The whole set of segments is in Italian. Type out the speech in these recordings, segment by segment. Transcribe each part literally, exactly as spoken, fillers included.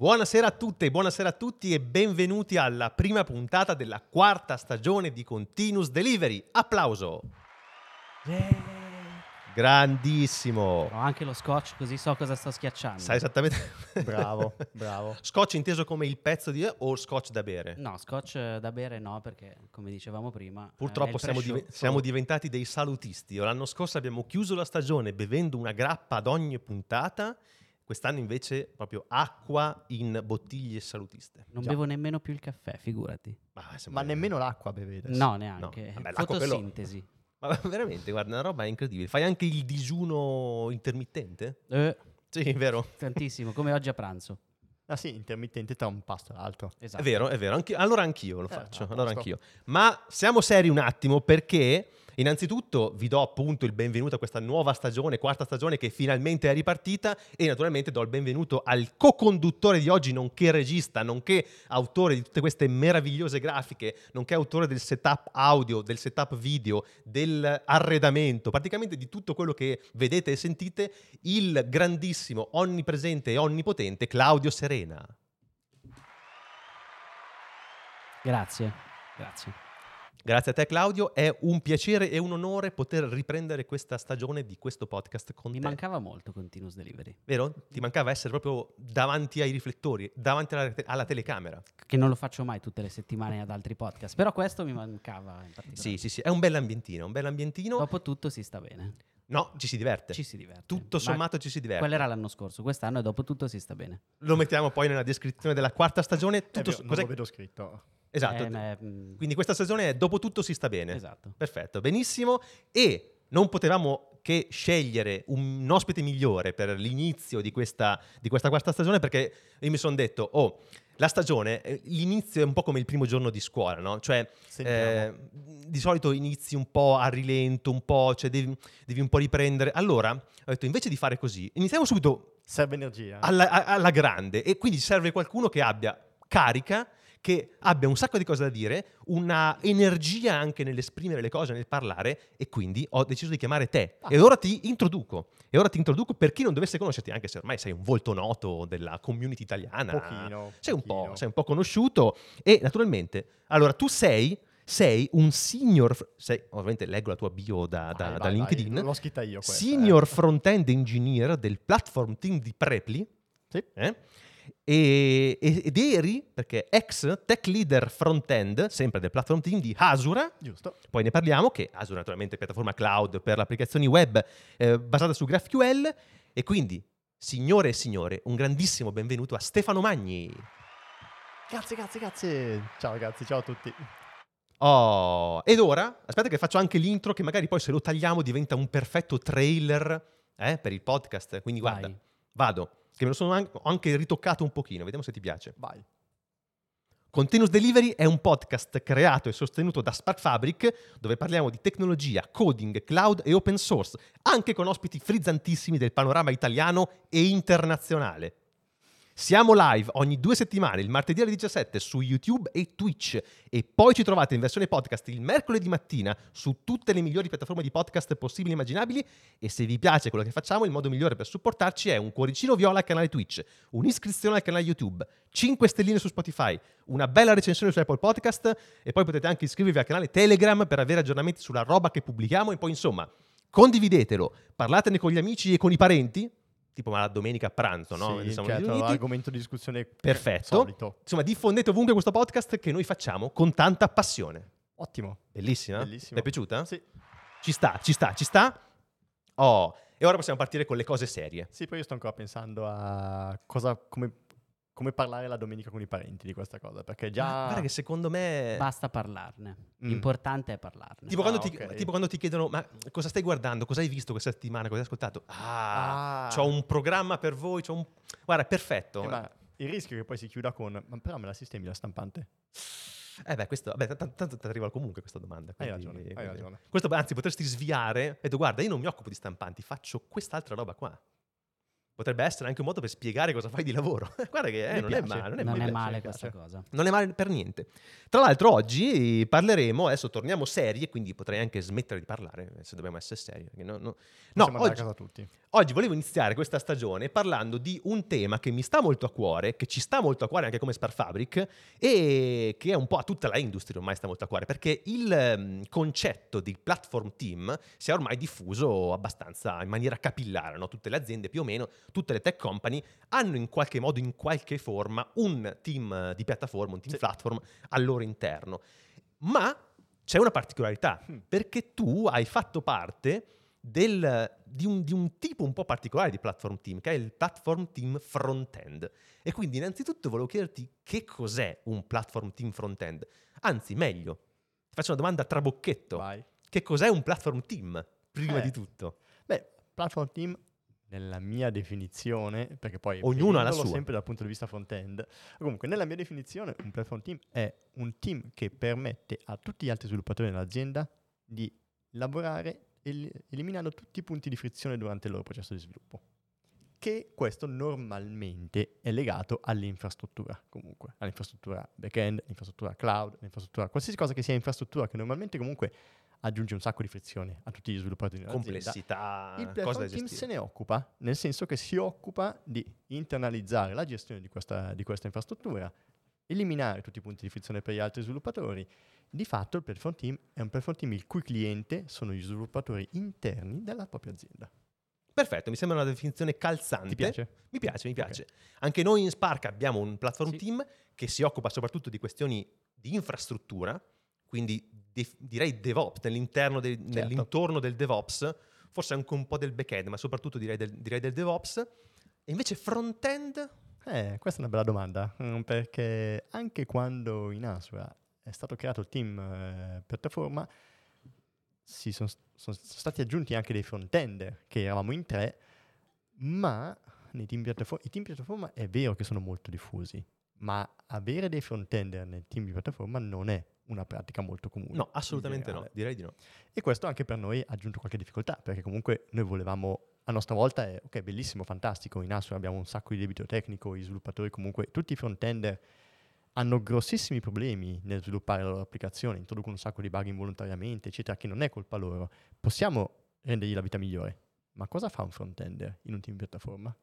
Buonasera a tutte, buonasera a tutti e benvenuti alla prima puntata della quarta stagione di Continuous Delivery. Applauso! Yeah. Grandissimo! Ho anche lo scotch, così so cosa sto schiacciando. Sai esattamente... Bravo, bravo. Scotch inteso come il pezzo di... o scotch da bere? No, scotch da bere no, perché come dicevamo prima... Purtroppo eh, siamo, div- siamo diventati dei salutisti. L'anno scorso abbiamo chiuso la stagione bevendo una grappa ad ogni puntata. Quest'anno invece proprio acqua in bottiglie salutiste. Non Già. bevo nemmeno più il caffè, figurati. Ma, Ma nemmeno l'acqua bevete? No, neanche. No. Vabbè, l'acqua quello- Fotosintesi. Ma veramente, guarda, una roba incredibile. Fai anche il digiuno intermittente? Eh, Sì, vero. tantissimo, come oggi a pranzo. Ah sì, intermittente tra un pasto e l'altro. Esatto. È vero, è vero. Anche- allora anch'io lo Eh, faccio. a allora posto. anch'io. Ma siamo seri un attimo perché, innanzitutto, vi do appunto il benvenuto a questa nuova stagione, quarta stagione che finalmente è ripartita e naturalmente do il benvenuto al co-conduttore di oggi, nonché regista, nonché autore di tutte queste meravigliose grafiche, nonché autore del setup audio, del setup video, dell'arredamento, praticamente di tutto quello che vedete e sentite, il grandissimo, onnipresente e onnipotente Claudio Serena. Grazie, grazie. Grazie a te Claudio, è un piacere e un onore poter riprendere questa stagione di questo podcast con Mi te. mancava molto Continuous Delivery, Vero? Ti mancava essere proprio davanti ai riflettori, davanti alla, te- alla telecamera. che non lo faccio mai tutte le settimane ad altri podcast, però questo mi mancava in particolare. Sì, sì, sì, è un bell'ambientino, un bell'ambientino. Dopo tutto si sta bene. No, ci si diverte. Ci si diverte. Tutto Ma sommato ci si diverte. quello era l'anno scorso, quest'anno e dopo tutto si sta bene. Lo mettiamo poi nella descrizione della quarta stagione. Eh, Tutto vero, so- non cos'è- lo vedo scritto. Esatto. Eh, ma, mm, Quindi questa stagione è dopo tutto si sta bene. Esatto. Perfetto, benissimo. E non potevamo che scegliere un ospite migliore per l'inizio di questa, di questa quarta stagione, perché io mi sono detto, oh, la stagione, eh, l'inizio è un po' come il primo giorno di scuola, no? Cioè, Sentiamo. eh, di solito inizi un po' a rilento, un po', cioè devi, devi un po' riprendere. Allora, ho detto, invece di fare così, iniziamo subito Serve energia. alla, a- alla grande, e quindi serve qualcuno che abbia carica, che abbia un sacco di cose da dire, una energia anche nell'esprimere le cose, nel parlare, e quindi ho deciso di chiamare te. Ah. E ora ti introduco. E ora ti introduco per chi non dovesse conoscerti, anche se ormai sei un volto noto della community italiana. Pochino, Sei un pochino. po', sei un po' conosciuto. E naturalmente, allora tu sei, sei un senior, sei, ovviamente leggo la tua bio da, da- Vai, da vai, LinkedIn, vai. L'ho scritta io questa. senior eh. front-end engineer del platform team di Preply. Sì. Eh? E- e- ed eri, perché ex tech leader front-end, sempre del platform team di Asura, Giusto. poi ne parliamo, che Asura naturalmente è piattaforma cloud per le applicazioni web eh, basata su GraphQL, e quindi, signore e signore, un grandissimo benvenuto a Stefano Magni. Grazie, grazie, grazie. Ciao ragazzi, ciao a tutti. Oh, ed ora, aspetta che faccio anche l'intro, che magari poi se lo tagliamo diventa un perfetto trailer eh, per il podcast, quindi guarda, Vai. vado, che me lo sono an- ho anche ritoccato un pochino, vediamo se ti piace. Vai. Continuous Delivery è un podcast creato e sostenuto da Spark Fabric, dove parliamo di tecnologia, coding, cloud e open source, anche con ospiti frizzantissimi del panorama italiano e internazionale. Siamo live ogni due settimane, il martedì alle diciassette su YouTube e Twitch, e poi ci trovate in versione podcast il mercoledì mattina su tutte le migliori piattaforme di podcast possibili e immaginabili. E se vi piace quello che facciamo, il modo migliore per supportarci è un cuoricino viola al canale Twitch, un'iscrizione al canale YouTube, cinque stelline su Spotify, una bella recensione su Apple Podcast, e poi potete anche iscrivervi al canale Telegram per avere aggiornamenti sulla roba che pubblichiamo. E poi insomma, condividetelo, parlatene con gli amici e con i parenti, tipo ma la domenica a pranzo, no? Sì, Siamo certo, riuniti. argomento di discussione Perfetto. solito. Insomma, diffondete ovunque questo podcast che noi facciamo con tanta passione. Ottimo. Bellissima? Bellissimo. Ti è piaciuta? Sì. Ci sta, ci sta, ci sta. Oh, e ora possiamo partire con le cose serie. Sì, poi io sto ancora pensando a cosa, come, come parlare la domenica con i parenti di questa cosa, perché già... Ma guarda che secondo me... Basta parlarne. Mm. L'importante è parlarne. Tipo quando, Ah, ti, ok. tipo quando ti chiedono, ma cosa stai guardando? Cosa hai visto questa settimana? Cosa hai ascoltato? Ah, Ah. c'ho un programma per voi, c'ho un... Guarda, è perfetto. Eh, ma il rischio è che poi si chiuda con... Ma però me la sistemi la stampante? Eh beh, questo, vabbè, tanto, tanto ti arriva comunque questa domanda. Hai quindi- ragione, hai quindi- ragione. Questo, anzi, potresti sviare e tu guarda, io non mi occupo di stampanti, faccio quest'altra roba qua. Potrebbe essere anche un modo per spiegare cosa fai di lavoro. Guarda che eh, Mi non, piace, è male, non è Non male. è piace, male mi questa piace. cosa. Non è male per niente. Tra l'altro oggi parleremo, adesso torniamo seri, quindi potrei anche smettere di parlare se dobbiamo essere seri. perché No, no. No, Possiamo andare oggi, a casa tutti. oggi volevo iniziare questa stagione parlando di un tema che mi sta molto a cuore, che ci sta molto a cuore anche come Spark Fabric e che è un po' a tutta la industria ormai sta molto a cuore, perché il um, concetto di platform team si è ormai diffuso abbastanza in maniera capillare, no? Tutte le aziende più o meno, tutte le tech company hanno in qualche modo, in qualche forma, un team di piattaforma, un team Sì. platform al loro interno. Ma c'è una particolarità, Mm. perché tu hai fatto parte del, di, un, di un tipo un po' particolare di platform team, che è il platform team front-end. E quindi innanzitutto volevo chiederti che cos'è un platform team front-end. Anzi, meglio, ti faccio una domanda a trabocchetto. Vai. Che cos'è un platform team, prima Eh. di tutto? Beh, platform team, nella mia definizione, perché poi Ognuno ha la vedendolo sua. sempre dal punto di vista front-end, comunque nella mia definizione un platform team è un team che permette a tutti gli altri sviluppatori dell'azienda di lavorare el- eliminando tutti i punti di frizione durante il loro processo di sviluppo. Che questo normalmente è legato all'infrastruttura, comunque, all'infrastruttura back-end, all'infrastruttura cloud, all'infrastruttura, qualsiasi cosa che sia infrastruttura che normalmente comunque aggiunge un sacco di frizione a tutti gli sviluppatori dell'azienda. Complessità, Il cose platform da team gestire. se ne occupa, nel senso che si occupa di internalizzare la gestione di questa, di questa infrastruttura, eliminare tutti i punti di frizione per gli altri sviluppatori. Di fatto il platform team è un platform team il cui cliente sono gli sviluppatori interni della propria azienda. Perfetto, mi sembra una definizione calzante. Ti piace? Mi piace, mi Ok. piace. Anche noi in Spark abbiamo un platform Sì. team che si occupa soprattutto di questioni di infrastruttura, quindi de- direi DevOps, nell'interno del- Certo. nell'intorno del DevOps, forse anche un po' del back-end, ma soprattutto direi del, direi del DevOps. E invece front-end? Eh, questa è una bella domanda, mm, perché anche quando in Asura è stato creato il team eh, piattaforma, si sono, sono stati aggiunti anche dei front-ender, che eravamo in tre, ma nei team piattaforma, i team piattaforma è vero che sono molto diffusi, ma avere dei front-ender nel team di piattaforma non è una pratica molto comune. No, in assolutamente no, generale. direi di no. E questo anche per noi ha aggiunto qualche difficoltà, perché comunque noi volevamo, a nostra volta è ok, bellissimo, fantastico, in Asura abbiamo un sacco di debito tecnico, i sviluppatori comunque, tutti i front-ender hanno grossissimi problemi nel sviluppare la loro applicazione, introducono un sacco di bug involontariamente, eccetera, che non è colpa loro. Possiamo rendergli la vita migliore, ma cosa fa un front-ender in un team piattaforma?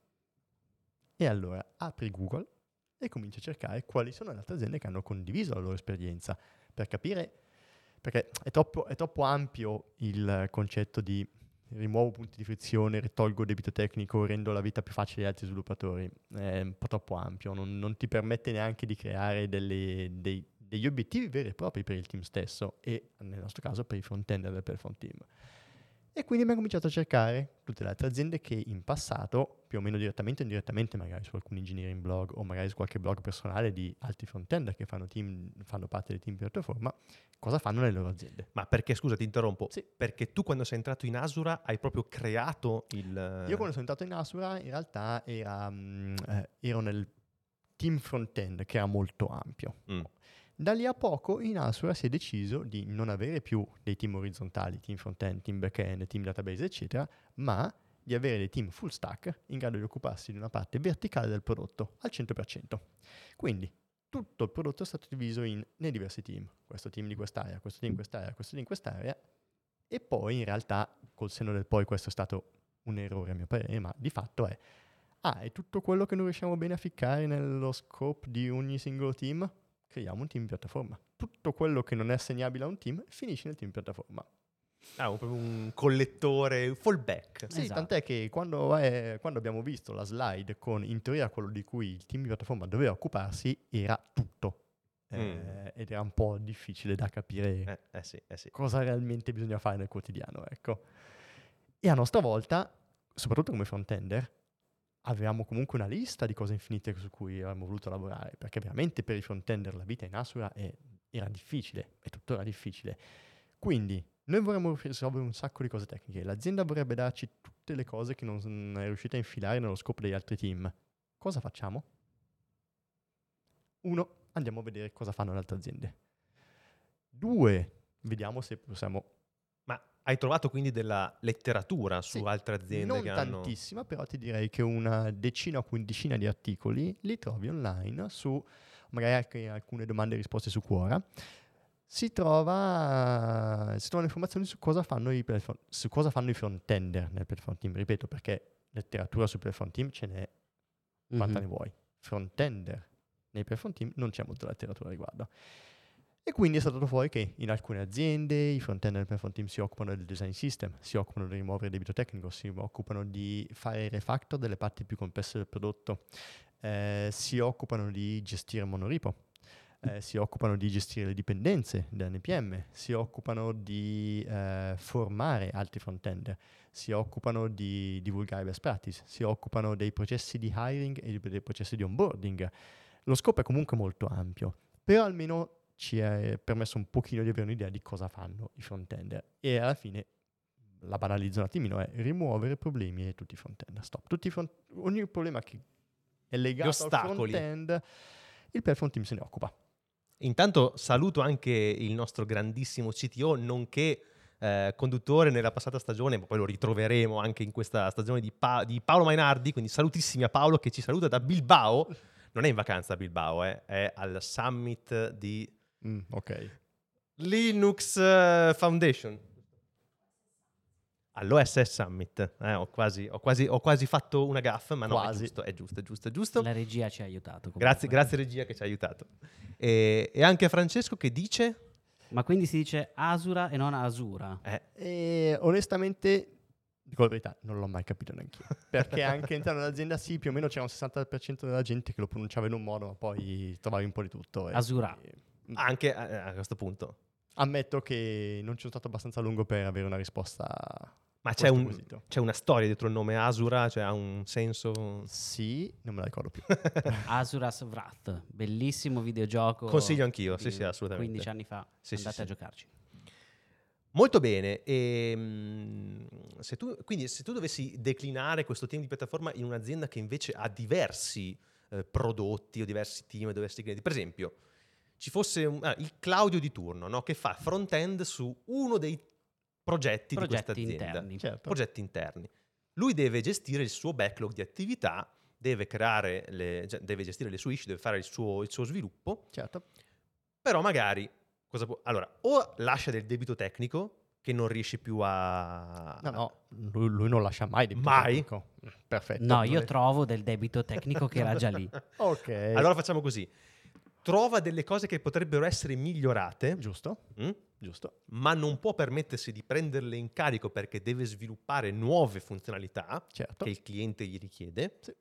E allora apri Google e cominci a cercare quali sono le altre aziende che hanno condiviso la loro esperienza, per capire, perché è troppo, è troppo ampio il concetto di rimuovo punti di frizione, ritolgo debito tecnico, rendo la vita più facile agli altri sviluppatori. È un po' troppo ampio, non, non ti permette neanche di creare delle, dei, degli obiettivi veri e propri per il team stesso e nel nostro caso per i front-end del platform team. E quindi abbiamo cominciato a cercare tutte le altre aziende che in passato, più o meno direttamente o indirettamente, magari su alcuni engineering blog o magari su qualche blog personale di altri front-end che fanno, team, fanno parte del team piattaforma, cosa fanno nelle loro aziende. Ma perché, scusa, ti interrompo, Sì. perché tu quando sei entrato in Asura hai proprio creato il... Io quando sono entrato in Asura in realtà era, mm, eh, ero nel team front-end che era molto ampio. Mm. Da lì a poco in Asura si è deciso di non avere più dei team orizzontali, team front-end, team back-end, team database, eccetera, ma di avere dei team full stack in grado di occuparsi di una parte verticale del prodotto al cento per cento. Quindi tutto il prodotto è stato diviso in, nei diversi team, questo team di quest'area, questo team di quest'area, questo team di quest'area, e poi in realtà col senno del poi questo è stato un errore a mio parere, ma di fatto è, ah, è tutto quello che non riusciamo bene a ficcare nello scope di ogni singolo team, creiamo un team piattaforma. Tutto quello che non è assegnabile a un team finisce nel team piattaforma. Ah, un, proprio un collettore, un fallback. Sì, Esatto. tant'è che quando, è- quando abbiamo visto la slide con in teoria quello di cui il team di piattaforma doveva occuparsi, era tutto. Eh, Mm. Ed era un po' difficile da capire Eh, eh sì, eh sì. cosa realmente bisogna fare nel quotidiano, ecco. E a nostra volta, soprattutto come front-ender, avevamo comunque una lista di cose infinite su cui avremmo voluto lavorare, perché veramente per i front-ender la vita in Asura è- era difficile, è tuttora difficile. Quindi noi vorremmo risolvere un sacco di cose tecniche, l'azienda vorrebbe darci tutte le cose che non s- è riuscita a infilare nello scopo degli altri team. Cosa facciamo? Uno, andiamo a vedere cosa fanno le altre aziende. Due, vediamo se possiamo... Ma Hai trovato quindi della letteratura su Sì, altre aziende non che hanno... tantissima, però ti direi che una decina o quindicina di articoli li trovi online su magari anche alcune domande e risposte su Quora. Si trova si trovano informazioni su cosa fanno i platform, su cosa fanno i front-ender nel platform team. Ripeto, perché letteratura sul platform team ce n'è quanta Mhm. ne vuoi. Front-ender nei platform team non c'è molta letteratura a riguardo. E quindi è stato fuori che in alcune aziende i front-end del platform team si occupano del design system, si occupano di rimuovere il debito tecnico, si occupano di fare il refactor delle parti più complesse del prodotto, eh, si occupano di gestire il monorepo, eh, si occupano di gestire le dipendenze dell'N P M, si occupano di eh, formare altri front-end, si occupano di divulgare best practice, si occupano dei processi di hiring e dei processi di onboarding. Lo scopo è comunque molto ampio, però almeno ci è permesso un pochino di avere un'idea di cosa fanno i front-end. E alla fine, la banalizzo un attimino, è rimuovere problemi di tutti i front-end. Stop. Tutti i front- ogni problema che è legato al ostacoli. front-end, il platform team se ne occupa. Intanto saluto anche il nostro grandissimo C T O, nonché eh, conduttore nella passata stagione, ma poi lo ritroveremo anche in questa stagione di, Pa- di Paolo Mainardi, quindi salutissimi a Paolo che ci saluta da Bilbao. Non è in vacanza a Bilbao, eh, è al summit di Mm, ok. Linux eh, Foundation. All'O S S Summit. Eh, ho, quasi, ho, quasi, ho quasi fatto una gaffa, ma no, è Quasi. giusto, è giusto, è giusto, è giusto. La regia ci ha aiutato. comunque. Grazie, grazie regia che ci ha aiutato. E, e anche a Francesco che dice... Ma quindi si dice Asura e non Asura? Eh, E onestamente, dico la verità, non l'ho mai capito neanche io. Perché anche all'interno dell'azienda sì, più o meno c'era un sessanta per cento della gente che lo pronunciava in un modo, ma poi trovavi un po' di tutto. e Asura. quindi- anche eh, a questo punto. Ammetto che non ci sono stato abbastanza a lungo per avere una risposta a Ma c'è, questo un- quesito. c'è una storia dietro il nome Asura, cioè ha un senso... Sì, non me la ricordo più. Asuras Wrath, bellissimo videogioco. Consiglio anch'io, di sì, sì, assolutamente. quindici anni fa, Sì, sì, andate sì. a giocarci. Molto bene. E, mm, se tu, quindi se tu dovessi declinare questo team di piattaforma in un'azienda che invece ha diversi eh, prodotti o diversi team, diversi clienti, per esempio, ci fosse un- ah, il Claudio di turno, no? Che fa front-end su uno dei progetti, di questa Progetti azienda. interni. Certo. Progetti interni. Lui deve gestire il suo backlog di attività, deve creare le, cioè, deve gestire le sue issue, deve fare il suo, il suo sviluppo, Certo. però magari cosa può, allora, o lascia del debito tecnico che non riesce più a... No, no, lui, lui non lascia mai debito Mai? tecnico. Perfetto. No, non io è- trovo del debito tecnico che era già lì. Ok. Allora facciamo così. Trova delle cose che potrebbero essere migliorate, Giusto, mm? giusto. ma non può permettersi di prenderle in carico perché deve sviluppare nuove funzionalità Certo. che il cliente gli richiede. Sì.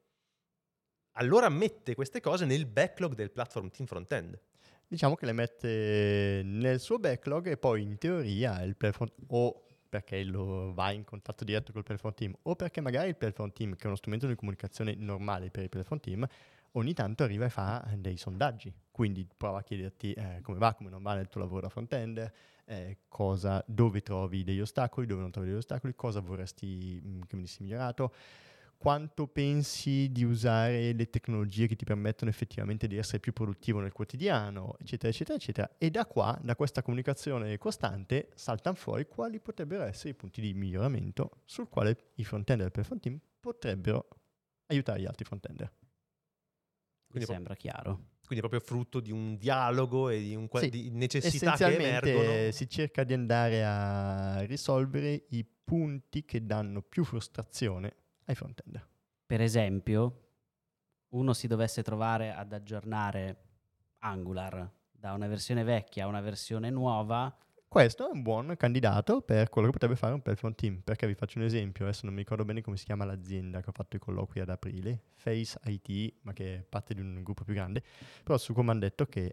Allora mette queste cose nel backlog del platform team front-end. Diciamo che le mette nel suo backlog e poi in teoria il platform o perché lo va in contatto diretto col platform team o perché magari il platform team, che è uno strumento di comunicazione normale per il platform team, ogni tanto arriva e fa dei sondaggi. Quindi prova a chiederti eh, come va, come non va nel tuo lavoro da front-end, eh, cosa, dove trovi degli ostacoli, dove non trovi degli ostacoli, cosa vorresti mh, che venissi migliorato, quanto pensi di usare le tecnologie che ti permettono effettivamente di essere più produttivo nel quotidiano, eccetera, eccetera, eccetera. E da qua, da questa comunicazione costante, saltano fuori quali potrebbero essere i punti di miglioramento sul quale i front-end del platform team potrebbero aiutare gli altri front-ender. Mi Quindi, pro- sembra chiaro. quindi proprio frutto di un dialogo e di, un, qua- Sì, di necessità che essenzialmente emergono. si cerca di andare a risolvere i punti che danno più frustrazione ai front-end. Per esempio, uno si dovesse trovare ad aggiornare Angular da una versione vecchia a una versione nuova. Questo è un buon candidato per quello che potrebbe fare un platform team, perché vi faccio un esempio, adesso non mi ricordo bene come si chiama l'azienda che ho fatto i colloqui ad aprile, Face I T, ma che è parte di un gruppo più grande, però su come hanno detto che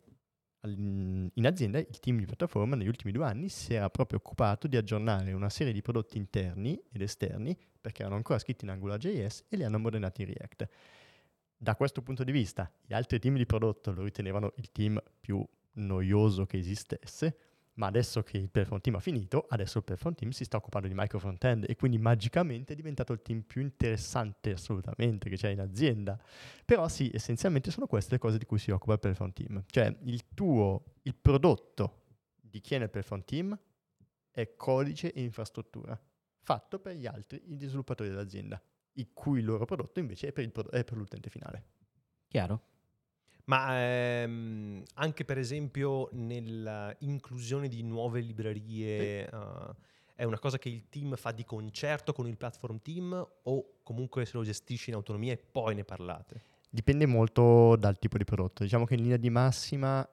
in azienda il team di piattaforma negli ultimi due anni si era proprio occupato di aggiornare una serie di prodotti interni ed esterni, perché erano ancora scritti in AngularJS e li hanno modernati in React. Da questo punto di vista, gli altri team di prodotto lo ritenevano il team più noioso che esistesse, ma adesso che il platform team ha finito, adesso il platform team si sta occupando di micro front-end e quindi magicamente è diventato il team più interessante assolutamente che c'è in azienda. Però sì, essenzialmente sono queste le cose di cui si occupa il platform team. Cioè il tuo, il prodotto di chi è nel platform team è codice e infrastruttura, fatto per gli altri gli sviluppatori dell'azienda, il cui loro prodotto invece è per, il pro- è per l'utente finale. Chiaro? Ma ehm, anche per esempio nell'inclusione di nuove librerie, Sì. uh, è una cosa che il team fa di concerto con il platform team o comunque se lo gestisci in autonomia e poi ne parlate? Dipende molto dal tipo di prodotto. Diciamo che in linea di massima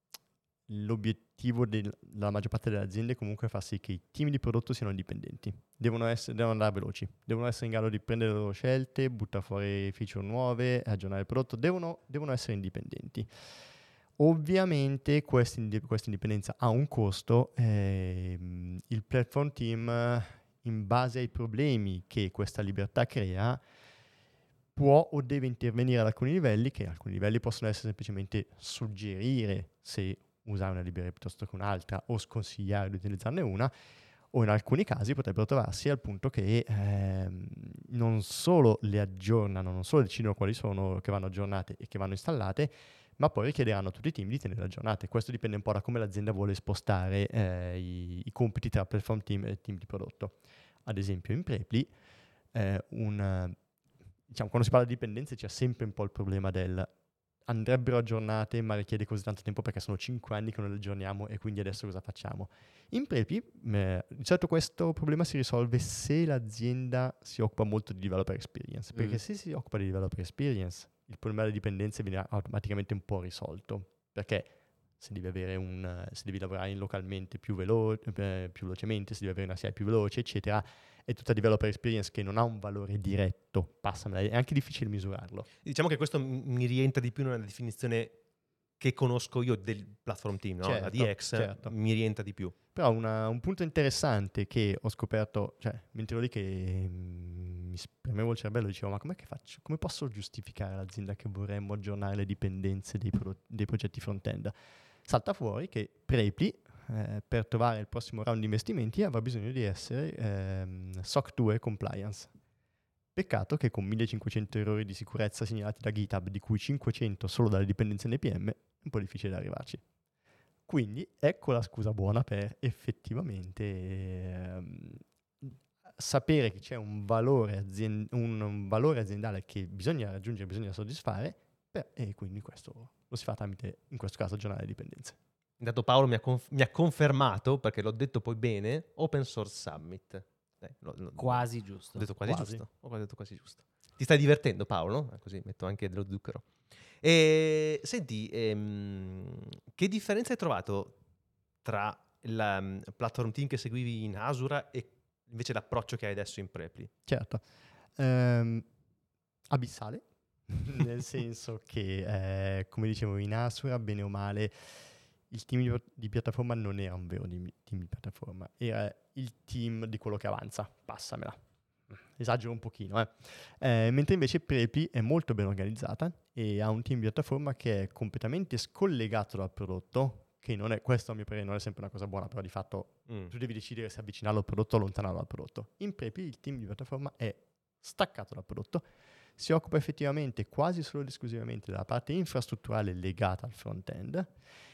l'obiettivo del- della maggior parte delle aziende è comunque far sì che i team di prodotto siano indipendenti. Devono, essere, devono andare veloci, devono essere in grado di prendere le loro scelte, buttare fuori feature nuove, aggiornare il prodotto, devono, devono essere indipendenti. Ovviamente questa, indi- questa indipendenza ha un costo, ehm, il platform team, in base ai problemi che questa libertà crea, può o deve intervenire ad alcuni livelli, che alcuni livelli possono essere semplicemente suggerire se usare una libreria piuttosto che un'altra o sconsigliare di utilizzarne una, o in alcuni casi potrebbero trovarsi al punto che ehm, non solo le aggiornano, non solo decidono quali sono che vanno aggiornate e che vanno installate, ma poi richiederanno a tutti i team di tenerle aggiornate. Questo dipende un po' da come l'azienda vuole spostare eh, i, i compiti tra platform team e team di prodotto. Ad esempio in Preply, eh, un, diciamo, quando si parla di dipendenze c'è sempre un po' il problema del andrebbero aggiornate ma richiede così tanto tempo perché sono cinque anni che non le aggiorniamo e quindi adesso cosa facciamo? In Preply, eh, di solito questo problema si risolve se l'azienda si occupa molto di developer experience, perché Mm. se si occupa di developer experience il problema delle dipendenze viene automaticamente un po' risolto, perché se devi, avere un, se devi lavorare in localmente più, velo- eh, più velocemente, se devi avere una C I più veloce, eccetera, è tutta developer experience che non ha un valore diretto, passamela, è anche difficile misurarlo. Diciamo che questo m- mi rientra di più nella definizione che conosco io del platform team, no? La Certo, D X certo. mi rientra di più. Però una- un punto interessante che ho scoperto, cioè, mentre ero lì che mm, mi spremevo il cervello, dicevo, ma com'è che faccio? Come posso giustificare all'azienda che vorremmo aggiornare le dipendenze dei, pro- dei progetti front-end? Salta fuori che Preply, eh, per trovare il prossimo round di investimenti, avrà bisogno di essere ehm, S O C due compliance. Peccato che con millecinquecento errori di sicurezza segnalati da GitHub, di cui cinquecento solo dalle dipendenze N P M, è un po' difficile da arrivarci. Quindi ecco la scusa buona per effettivamente ehm, sapere che c'è un valore, azien- un, un valore aziendale che bisogna raggiungere, bisogna soddisfare, beh, e quindi questo lo si fa tramite, in questo caso, aggiornare le dipendenze. Intanto Paolo mi ha, conf- mi ha confermato, perché l'ho detto poi bene, Open Source Summit. Eh, lo- lo- Quasi Ho giusto. detto quasi, Quasi. giusto. Ho detto quasi giusto. Ti stai divertendo, Paolo? No? Così metto anche dello zucchero. E senti, ehm, che differenza hai trovato tra il um, platform team che seguivi in Asura e invece l'approccio che hai adesso in Preply? Certo. Ehm, abissale, nel senso che, eh, come dicevo, in Asura, bene o male, il team di, di piattaforma non era un vero di- team di piattaforma, era il team di quello che avanza, passamela. Esagero un pochino, eh. Eh, mentre invece Preply è molto ben organizzata e ha un team di piattaforma che è completamente scollegato dal prodotto, che non è, questo a mio parere non è sempre una cosa buona, però di fatto Mm. tu devi decidere se avvicinarlo al prodotto o allontanarlo dal prodotto. In Preply il team di piattaforma è staccato dal prodotto, si occupa effettivamente quasi solo ed esclusivamente della parte infrastrutturale legata al front-end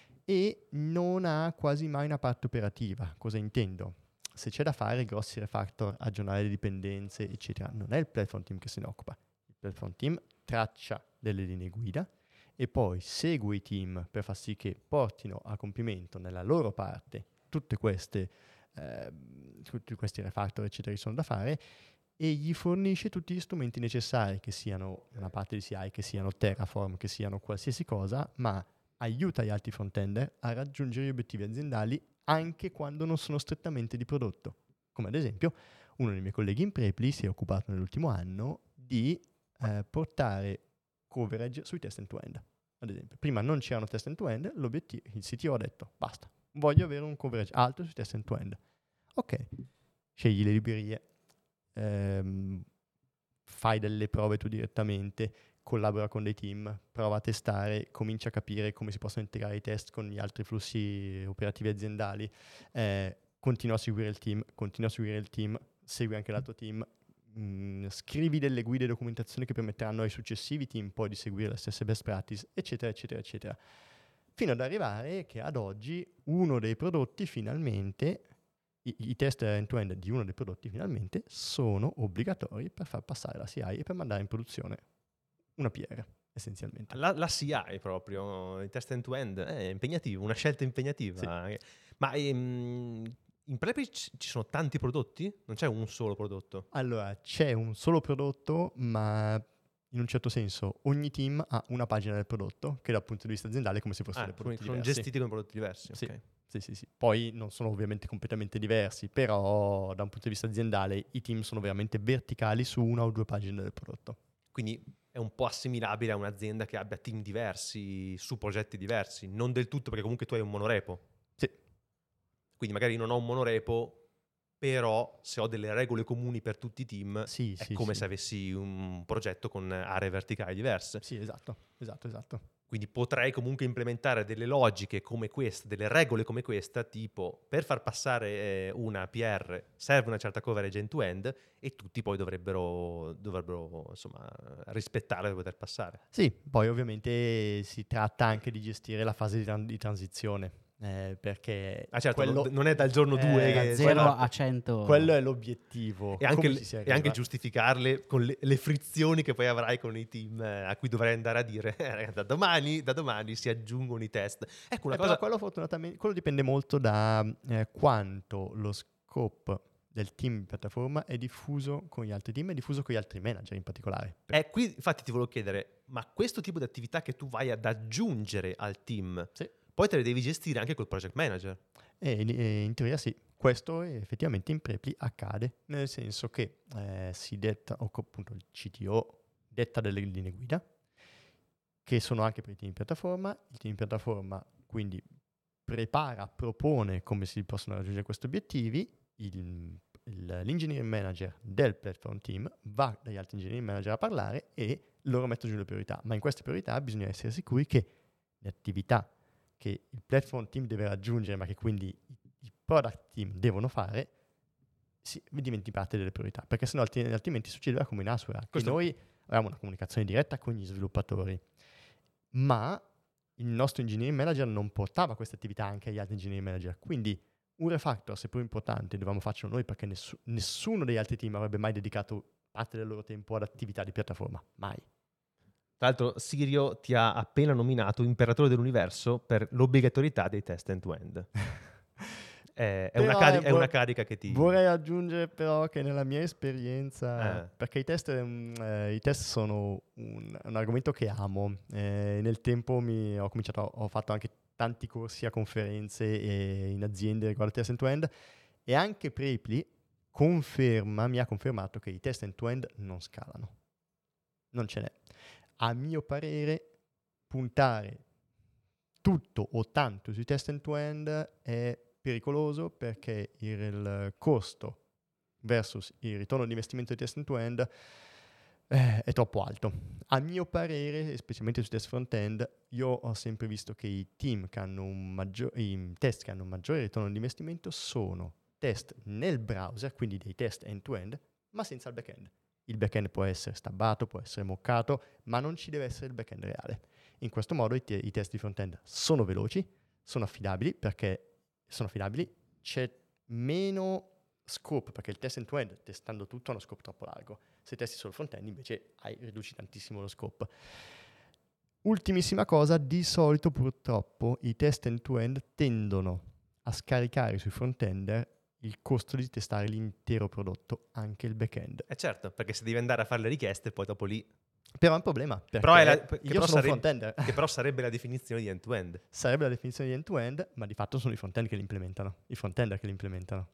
e non ha quasi mai una parte operativa. Cosa intendo? Se c'è da fare grossi refactor, aggiornare le dipendenze, eccetera, non è il platform team che se ne occupa. Il platform team traccia delle linee guida e poi segue i team per far sì che portino a compimento nella loro parte tutte queste, eh, tutti questi refactor, eccetera, che sono da fare e gli fornisce tutti gli strumenti necessari, che siano una parte di C I, che siano Terraform, che siano qualsiasi cosa, ma aiuta gli altri front-ender a raggiungere gli obiettivi aziendali anche quando non sono strettamente di prodotto. Come ad esempio, uno dei miei colleghi in Preply si è occupato nell'ultimo anno di eh, portare coverage sui test end-to-end. Ad esempio, prima non c'erano test end-to-end, l'obiettivo, il C T O ha detto, basta, voglio avere un coverage alto sui test end-to-end. Ok, scegli le librerie, ehm, fai delle prove tu direttamente, collabora con dei team, prova a testare, comincia a capire come si possono integrare i test con gli altri flussi operativi aziendali, eh, continua a seguire il team, continua a seguire il team, segui anche l'altro team, mh, scrivi delle guide e documentazioni che permetteranno ai successivi team poi di seguire le stesse best practice, eccetera, eccetera, eccetera. Fino ad arrivare che ad oggi uno dei prodotti finalmente i, i test end-to-end di uno dei prodotti finalmente sono obbligatori per far passare la C I e per mandare in produzione una P R, essenzialmente. La, la C I proprio, il test end-to-end, è impegnativo, una scelta impegnativa. Sì. Ma ehm, in Preply ci sono tanti prodotti? Non c'è un solo prodotto? Allora, c'è un solo prodotto, ma in un certo senso ogni team ha una pagina del prodotto, che dal punto di vista aziendale è come se fossero ah, dei prodotti sono diversi. gestiti come prodotti diversi, sì. Okay. Sì, sì, sì. Poi non sono ovviamente completamente diversi, però da un punto di vista aziendale i team sono veramente verticali su una o due pagine del prodotto. Quindi è un po' assimilabile a un'azienda che abbia team diversi su progetti diversi, non del tutto perché comunque tu hai un monorepo. Sì. Quindi magari non ho un monorepo, però se ho delle regole comuni per tutti i team, sì, è sì, come sì. se avessi un progetto con aree verticali diverse. Sì, esatto, esatto, esatto. Quindi potrei comunque implementare delle logiche come questa, delle regole come questa, tipo per far passare eh, una P R serve una certa coverage end-to-end e tutti poi dovrebbero, dovrebbero insomma, rispettare per poter passare. Sì, poi ovviamente si tratta anche di gestire la fase di, tran- di transizione. Eh, perché ah certo, quello, non, non è dal giorno due eh, che da zero quello, a cento. Quello è l'obiettivo. E anche, Come le, ci si e arriva? anche giustificarle con le, le frizioni che poi avrai con i team eh, a cui dovrai andare a dire eh, da, domani, da domani si aggiungono i test. Ecco una Eh, cosa... però quello fortunatamente quello dipende molto da eh, quanto lo scope del team di piattaforma è diffuso con gli altri team e diffuso con gli altri manager in particolare. Eh, qui infatti ti volevo chiedere, ma questo tipo di attività che tu vai ad aggiungere al team, Sì. poi te le devi gestire anche col project manager? E in, e in teoria sì, questo effettivamente in Preply accade, nel senso che eh, si detta, o co- appunto il C T O detta delle linee guida, che sono anche per i team di piattaforma, il team di piattaforma quindi prepara, propone come si possono raggiungere questi obiettivi, il, il, l'engineering manager del platform team va dagli altri engineering manager a parlare e loro mettono giù le priorità, ma in queste priorità bisogna essere sicuri che le attività che il platform team deve raggiungere, ma che quindi i, i product team devono fare, si diventi parte delle priorità, perché sennò alt- altrimenti succedeva come in Asura, che Questo... noi avevamo una comunicazione diretta con gli sviluppatori, ma il nostro engineering manager non portava queste attività anche agli altri engineering manager, quindi un refactor, seppur importante, dovevamo farcelo noi perché nessu- nessuno degli altri team avrebbe mai dedicato parte del loro tempo ad attività di piattaforma, mai. Tra l'altro Sirio ti ha appena nominato imperatore dell'universo per l'obbligatorietà dei test end-to-end. è, è, una cari- eh, è una carica che ti... Vorrei aggiungere però che nella mia esperienza, Eh. perché i test, um, eh, i test sono un, un argomento che amo, eh, nel tempo mi, ho cominciato, ho fatto anche tanti corsi a conferenze e in aziende riguardo test end-to-end e anche Preply conferma, mi ha confermato che i test end-to-end non scalano, non ce n'è. A mio parere puntare tutto o tanto sui test end-to-end è pericoloso perché il, il costo versus il ritorno di investimento di test end-to-end eh, è troppo alto. A mio parere, specialmente sui test front-end, io ho sempre visto che i team che hanno un maggiore, i test che hanno un maggiore ritorno di investimento sono test nel browser, quindi dei test end-to-end, ma senza il back-end. Il back-end può essere stabbato, può essere moccato, ma non ci deve essere il back-end reale. In questo modo i, te- i test di front-end sono veloci, sono affidabili perché sono affidabili, c'è meno scope perché il test end-to-end, testando tutto, ha uno scope troppo largo. Se testi solo front-end invece hai, riduci tantissimo lo scope. Ultimissima cosa, di solito purtroppo i test end-to-end tendono a scaricare sui front-ender il costo di testare l'intero prodotto, anche il back-end. Eh certo, perché se devi andare a fare le richieste poi dopo lì... Però è un problema, perché però è la, che io però sono sarebbe, un front-ender. Che però sarebbe la definizione di end-to-end. Sarebbe la definizione di end-to-end, ma di fatto sono i front-end che li implementano, i front-ender che li implementano.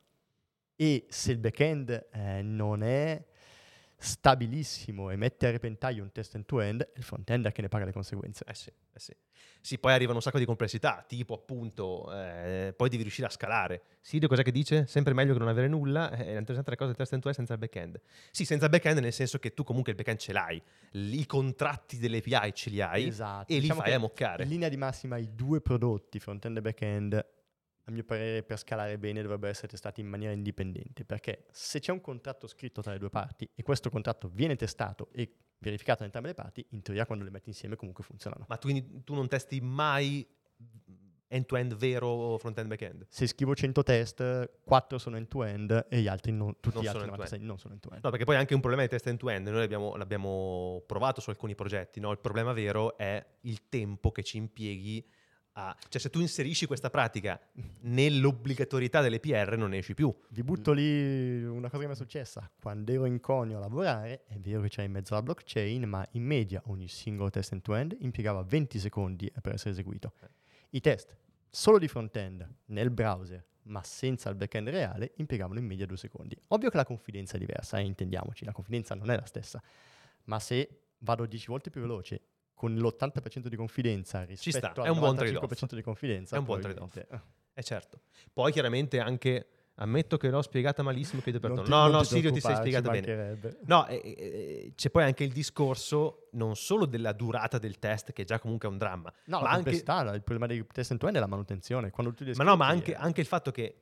E se il back-end eh, non è stabilissimo e mette a repentaglio un test end-to-end, è il front-ender che ne paga le conseguenze. Eh sì, eh sì. Sì, poi arrivano un sacco di complessità, tipo appunto, eh, poi devi riuscire a scalare. Sirio cos'è che dice? Sempre meglio che non avere nulla, è interessante la cosa del test end-to-end senza il back-end. Sì, senza il back-end nel senso che tu comunque il back-end ce l'hai, i contratti delle A P I ce li hai, Esatto. e Diciamo li fai che a moccare. In linea di massima i due prodotti, front-end e back-end, a mio parere per scalare bene dovrebbero essere testati in maniera indipendente, perché se c'è un contratto scritto tra le due parti e questo contratto viene testato e verificato da entrambe le parti, in teoria quando le metti insieme comunque funzionano. Ma tu, tu non testi mai end-to-end vero front-end back-end. Se scrivo cento test, quattro sono end-to-end e gli altri non, tutti Non gli sono altri end-to-end. novantasei non sono end-to-end. No, perché poi è anche un problema di test end-to-end, noi l'abbiamo, l'abbiamo provato su alcuni progetti, no? Il problema vero è il tempo che ci impieghi a... Cioè se tu inserisci questa pratica nell'obbligatorietà delle P R non ne esci più. Vi butto lì una cosa che mi è successa. Quando ero in Conio a lavorare, è vero che c'è in mezzo la blockchain, ma in media ogni singolo test end-to-end impiegava venti secondi per essere eseguito. I test solo di front-end nel browser, ma senza il back-end reale, impiegavano in media due secondi. Ovvio che la confidenza è diversa, eh, intendiamoci, la confidenza non è la stessa. Ma se vado dieci volte più veloce con l'ottanta per cento di confidenza rispetto sta, al è un buon novantacinque per cento di confidenza, È un buon probabilmente- trade-off. Eh certo. Poi chiaramente anche... Ammetto che l'ho spiegata malissimo, chiedo Non perdono. ti- No, non no, ti Sirio, ti sei preoccupare, spiegata ci bene. mancherebbe. No, eh, eh, c'è poi anche il discorso non solo della durata del test, che già comunque è un dramma, No, ma la anche, complessità, il problema dei test end-to-end è la manutenzione. Quando tu li ma no, ma scrivi, anche, eh, anche il fatto che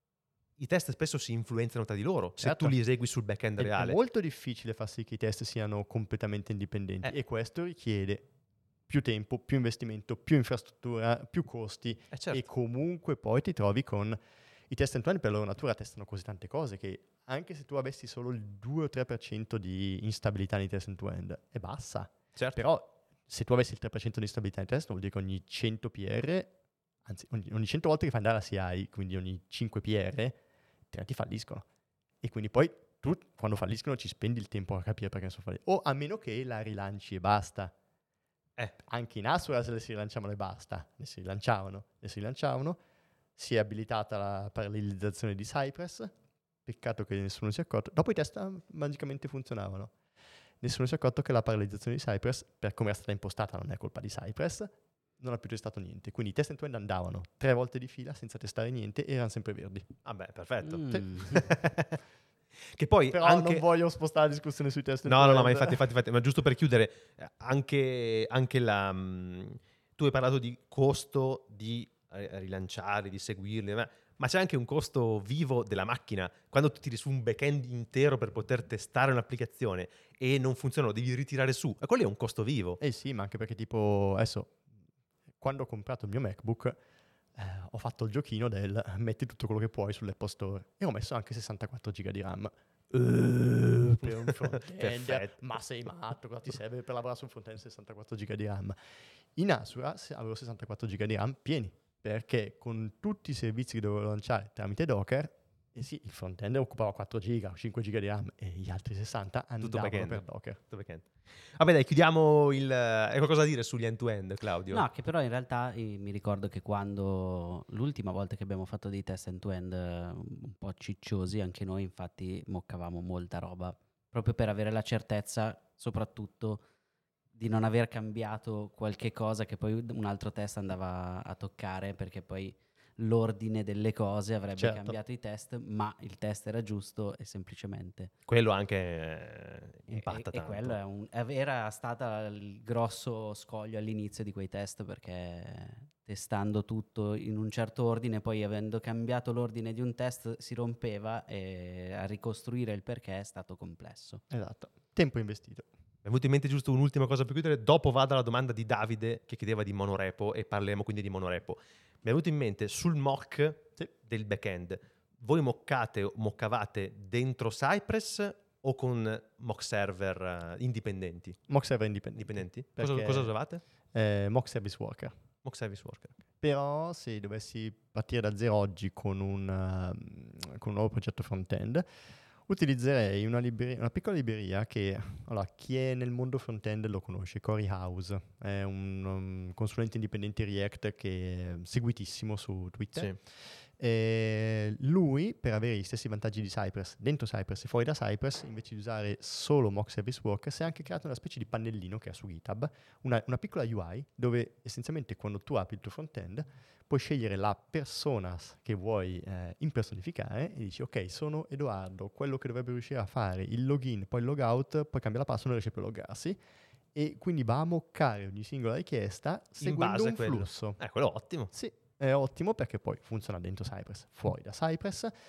i test spesso si influenzano tra di loro, se Certo. tu li esegui sul back-end è, è reale. molto difficile far sì che i test siano completamente indipendenti Eh. e questo richiede più tempo, più investimento, più infrastruttura, più costi Eh, certo. e comunque poi ti trovi con i test end-to-end per loro natura testano così tante cose che anche se tu avessi solo il due o tre per cento di instabilità nei test end-to-end è bassa. Certo. Però se tu avessi il tre per cento di instabilità nei test vuol dire che ogni cento P R, anzi ogni, ogni cento volte che fai andare la C I, quindi ogni cinque P R, te ti falliscono. E quindi poi tu quando falliscono ci spendi il tempo a capire perché non sono falliti. O a meno che la rilanci e basta. Eh. Anche in Asura se le si rilanciavano e basta. Le si rilanciavano, le si rilanciavano. Si è abilitata la parallelizzazione di Cypress. Peccato che nessuno si è accorto. Dopo i test ah, magicamente funzionavano. Nessuno si è accorto che la parallelizzazione di Cypress, per come era stata impostata, non è colpa di Cypress, non ha più testato niente. Quindi i test end-to-end andavano tre volte di fila senza testare niente e erano sempre verdi. Vabbè, perfetto. Mm. Che poi Però anche... non voglio spostare la discussione sui test No, no, no, ma end-to-end. infatti, infatti, infatti, ma giusto per chiudere, eh, anche, anche la... mh, tu hai parlato di costo di eh, rilanciare, di seguirli, ma, ma c'è anche un costo vivo della macchina. Quando tu tiri su un back-end intero per poter testare un'applicazione e non funziona, lo devi ritirare su. E quello è un costo vivo. Eh sì, ma anche perché tipo, adesso, quando ho comprato il mio MacBook, eh, ho fatto il giochino del metti tutto quello che puoi sull'Apple Store e ho messo anche sessantaquattro giga di RAM. Uh, per un front-end, Perfetto. ma sei matto, cosa ti serve per lavorare su un front-end sessantaquattro giga di RAM? In Asura se- avevo sessantaquattro giga di RAM pieni, perché con tutti i servizi che dovevo lanciare tramite Docker, eh sì, il front-end occupava quattro giga, cinque giga di RAM e gli altri sessanta andavano back-end. per Docker. Tutto back-end. Vabbè dai, chiudiamo il... Hai qualcosa da dire sugli end-to-end, Claudio? No, che però in realtà eh, mi ricordo che quando l'ultima volta che abbiamo fatto dei test end-to-end eh, un po' cicciosi, anche noi infatti moccavamo molta roba, proprio per avere la certezza soprattutto di non aver cambiato qualche cosa che poi un altro test andava a toccare, perché poi l'ordine delle cose avrebbe Certo. cambiato i test, ma il test era giusto e semplicemente... Quello anche eh, impatta e, e tanto. quello è un, era stata il grosso scoglio all'inizio di quei test, perché testando tutto in un certo ordine, poi avendo cambiato l'ordine di un test si rompeva e a ricostruire il perché è stato complesso. Esatto, tempo investito. Mi è venuta in mente giusto un'ultima cosa per chiudere, dopo vado alla domanda di Davide che chiedeva di monorepo e parleremo quindi di monorepo. Mi è venuto in mente sul mock Sì. del backend, voi moccate o moccavate dentro Cypress o con mock server eh, indipendenti? Mock server indipendenti. Indipendenti? Cosa, Perché- cosa usavate? Eh, mock service worker. Mock service worker. Però se dovessi partire da zero oggi con un, uh, con un nuovo progetto front-end, utilizzerei una, libreria, una piccola libreria che, allora, chi è nel mondo front-end lo conosce, Corey House, è un, um, consulente indipendente React che è seguitissimo su Twitter. Sì. E lui, per avere gli stessi vantaggi di Cypress dentro Cypress e fuori da Cypress, invece di usare solo mock service worker, si è anche creato una specie di pannellino che ha su GitHub, una, una piccola U I dove essenzialmente quando tu apri il tuo front-end puoi scegliere la persona che vuoi eh, impersonificare e dici ok, sono Edoardo, quello che dovrebbe riuscire a fare il login, poi il logout, poi cambia la password, non riesce più a loggarsi, e quindi va a moccare ogni singola richiesta seguendo base a un quello. flusso. Eh, quello è ottimo. Sì, è ottimo perché poi funziona dentro Cypress, fuori da Cypress,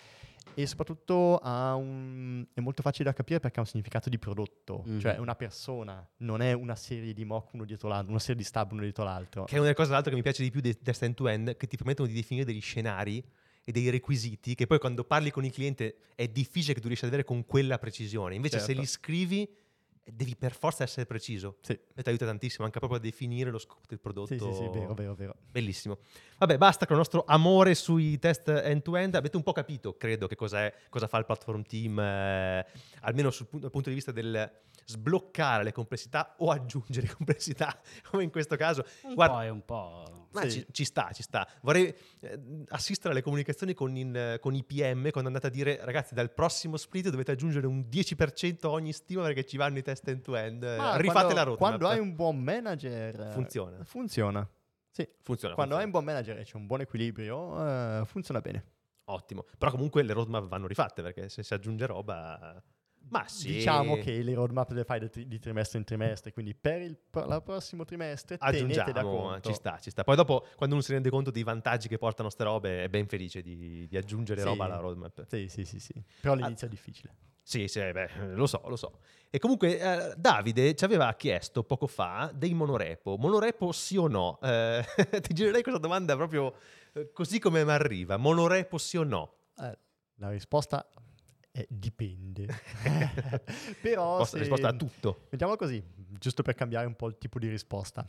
e soprattutto ha un, è molto facile da capire perché ha un significato di prodotto, Mhm. cioè una persona, non è una serie di mock uno dietro l'altro, una serie di stub uno dietro l'altro. Che è una delle cose, l'altro, che mi piace di più dei test end-to-end, che ti permettono di definire degli scenari e dei requisiti che poi quando parli con il cliente è difficile che tu riesci ad avere con quella precisione. Invece se Certo. li scrivi devi per forza essere preciso. Sì. E ti aiuta tantissimo anche proprio a definire lo scopo del prodotto. Sì, sì, sì, vero, vero, vero. Bellissimo. Vabbè, basta con il nostro amore sui test end-to-end. Avete un po' capito, credo, che cos'è, cosa fa il platform team, eh, almeno sul punto, dal punto di vista del sbloccare le complessità o aggiungere complessità, come in questo caso. Un Guarda, po' e un po'. ma Sì. ci, ci sta, ci sta. Vorrei eh, assistere alle comunicazioni con, in- con i P M quando andate a dire: ragazzi, dal prossimo split dovete aggiungere un dieci per cento ogni stima perché ci vanno i test end-to-end. Eh, Ma Rifate quando, la roadmap. Quando hai un buon manager... eh, Funziona. Funziona. Sì. Funziona. Quando hai funziona. un buon manager e c'è un buon equilibrio, eh, funziona bene. Ottimo. Però comunque le roadmap vanno rifatte perché se si aggiunge roba... Ma sì. Diciamo che le roadmap le fai di, tri- di trimestre in trimestre, quindi per il, per il prossimo trimestre tenete da Aggiungiamo, conto. ci sta, ci sta. Poi dopo, quando uno si rende conto dei vantaggi che portano ste robe, è ben felice di, di aggiungere Sì. roba alla roadmap. Sì, sì, sì, sì. Però all'inizio è difficile. Sì, sì, beh, lo so, lo so. E comunque eh, Davide ci aveva chiesto poco fa dei monorepo. Monorepo sì o no? Eh, ti girerei questa domanda proprio eh, così come mi arriva. Monorepo sì o no? Eh, la risposta è dipende. Però Risposta, se... risposta a tutto. Mettiamolo così, giusto per cambiare un po' il tipo di risposta.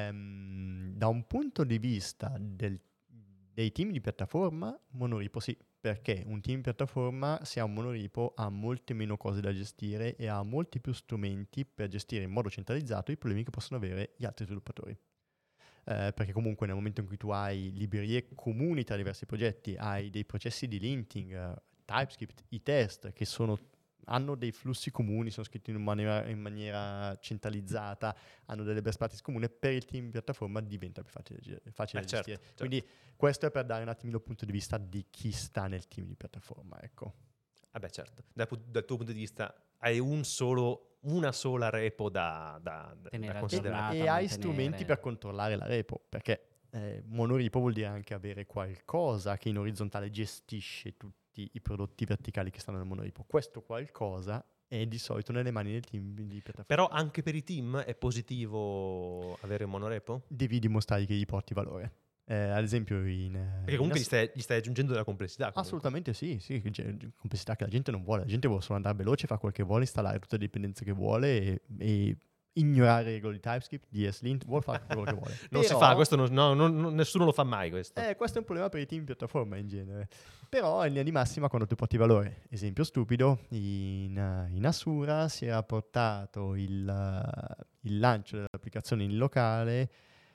Ehm, da un punto di vista del- dei team di piattaforma, monorepo sì, perché un team di piattaforma, se ha un monorepo, ha molte meno cose da gestire e ha molti più strumenti per gestire in modo centralizzato i problemi che possono avere gli altri sviluppatori. Eh, perché comunque nel momento in cui tu hai librerie comuni tra diversi progetti, hai dei processi di linting, eh, TypeScript, i test che sono, hanno dei flussi comuni, sono scritti in maniera, in maniera centralizzata, hanno delle best practice comuni, per il team piattaforma diventa più facile, da ge- facile Eh, da certo, gestire. certo. Quindi questo è per dare un attimino il punto di vista di chi sta nel team di piattaforma, ecco. Vabbè, certo. Dal, pu- dal tuo punto di vista hai un solo, una sola repo da, da, da- Tenere da E, considerare. aggiornata, e hai mantenere. strumenti per controllare la repo, perché eh, monorepo vuol dire anche avere qualcosa che in orizzontale gestisce tutti i prodotti verticali che stanno nel monorepo. Questo qualcosa è di solito nelle mani del team di piattaforma. Però anche per i team è positivo avere un monorepo? Devi dimostrare che gli porti valore. Eh, ad esempio in... Perché comunque gli stai, gli stai aggiungendo della complessità. comunque. Assolutamente sì, sì, che ge- complessità che la gente non vuole, la gente vuole solo andare veloce, fare quel che vuole, installare tutte le dipendenze che vuole e, e ignorare le regole di TypeScript, di S-Lint, vuole fare quello che vuole. Non si Però- fa, questo non- no, non- nessuno lo fa mai questo. Eh, questo è un problema per i team di piattaforma in genere. Però in linea di massima quando tu porti valore, esempio stupido, in, eh, in Asura si era portato il, eh, il lancio dell'applicazione in locale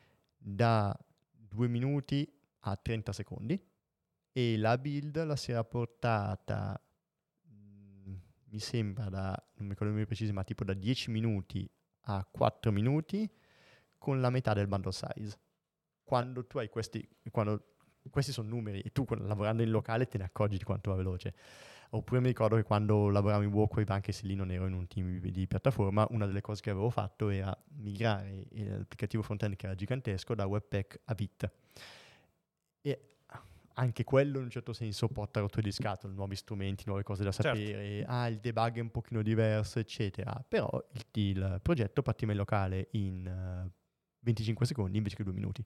da due minuti a trenta secondi e la build la si era portata, mh, mi sembra da, non mi ricordo i numeri precisi, ma tipo da dieci minuti a quattro minuti con la metà del bundle size. Quando tu hai questi, quando questi sono numeri e tu quando- lavorando in locale te ne accorgi di quanto va veloce. Oppure mi ricordo che quando lavoravo in Workwave, anche se lì non ero in un team di, di piattaforma, una delle cose che avevo fatto era migrare l'applicativo front-end che era gigantesco da Webpack a Vite. E anche quello in un certo senso porta rotture di scatole, nuovi strumenti, nuove cose da Certo. sapere, ah, il debug è un pochino diverso, eccetera. Però il, il progetto partiva in locale in eh, venticinque secondi invece che due minuti.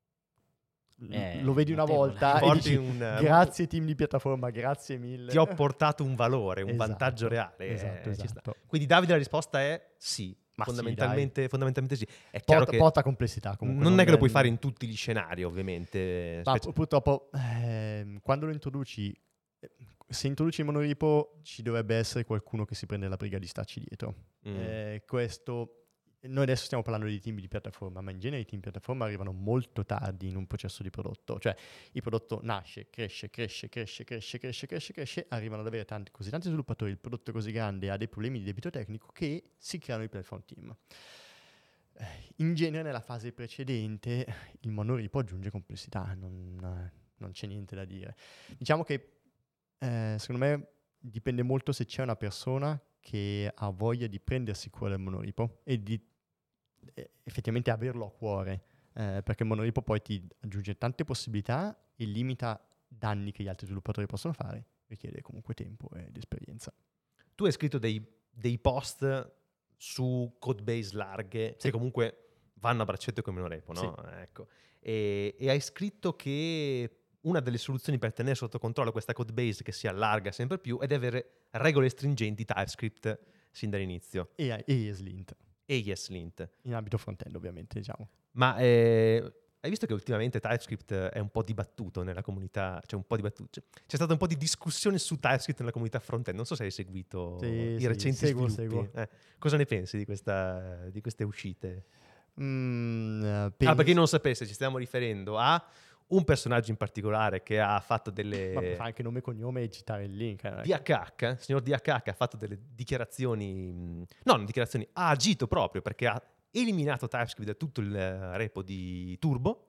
L- Eh, Lo vedi una notevole. volta e Porti dici, un- grazie team di piattaforma, grazie mille. Ti ho portato un valore, un Esatto, vantaggio reale. Esatto, eh, ci sta. esatto. Quindi Davide la risposta è sì, Ma sì, fondamentalmente, fondamentalmente sì. È chiaro Porta, che porta complessità comunque. non è che lo puoi fare in tutti gli scenari, ovviamente. Ma specie- pu- purtroppo ehm, quando lo introduci, eh, se introduci il monorepo ci dovrebbe essere qualcuno che si prende la briga di starci dietro. Mm. Eh, questo, noi adesso stiamo parlando di team di piattaforma, ma in genere i team di piattaforma arrivano molto tardi in un processo di prodotto. Cioè il prodotto nasce, cresce, cresce, cresce, cresce, cresce, cresce, cresce, arrivano ad avere tanti, così tanti sviluppatori, il prodotto è così grande, ha dei problemi di debito tecnico che si creano i platform team. Eh, In genere nella fase precedente il monorepo aggiunge complessità, non, non c'è niente da dire. Diciamo che eh, secondo me dipende molto se c'è una persona che ha voglia di prendersi cura del monorepo e di eh, effettivamente averlo a cuore, eh, perché il monorepo poi ti aggiunge tante possibilità e limita danni che gli altri sviluppatori possono fare richiede comunque tempo ed esperienza. Tu hai scritto dei, dei post su codebase larghe, Sì. che comunque vanno a braccetto come un repo, no? Sì. Ecco. E, e hai scritto che una delle soluzioni per tenere sotto controllo questa codebase che si allarga sempre più è di avere regole stringenti TypeScript sin dall'inizio. E, e ESLint. E ESLint. In ambito front-end, ovviamente, diciamo. Ma eh, hai visto che ultimamente TypeScript è un po' dibattuto nella comunità, cioè un po' dibattuto, cioè, c'è stata un po' di discussione su TypeScript nella comunità front-end, non so se hai seguito Sì, i sì, recenti seguo, sviluppi. seguo. Eh, cosa ne pensi di, questa, di queste uscite? Mm, eh, Ah, penso- per chi non sapesse, ci stiamo riferendo a un personaggio in particolare che ha fatto Vabbè, delle... fa anche nome e cognome e citare il link. eh. D H H, signor D H H ha fatto delle dichiarazioni, mh, no, non dichiarazioni, ha agito proprio perché ha eliminato TypeScript da tutto il eh, repo di Turbo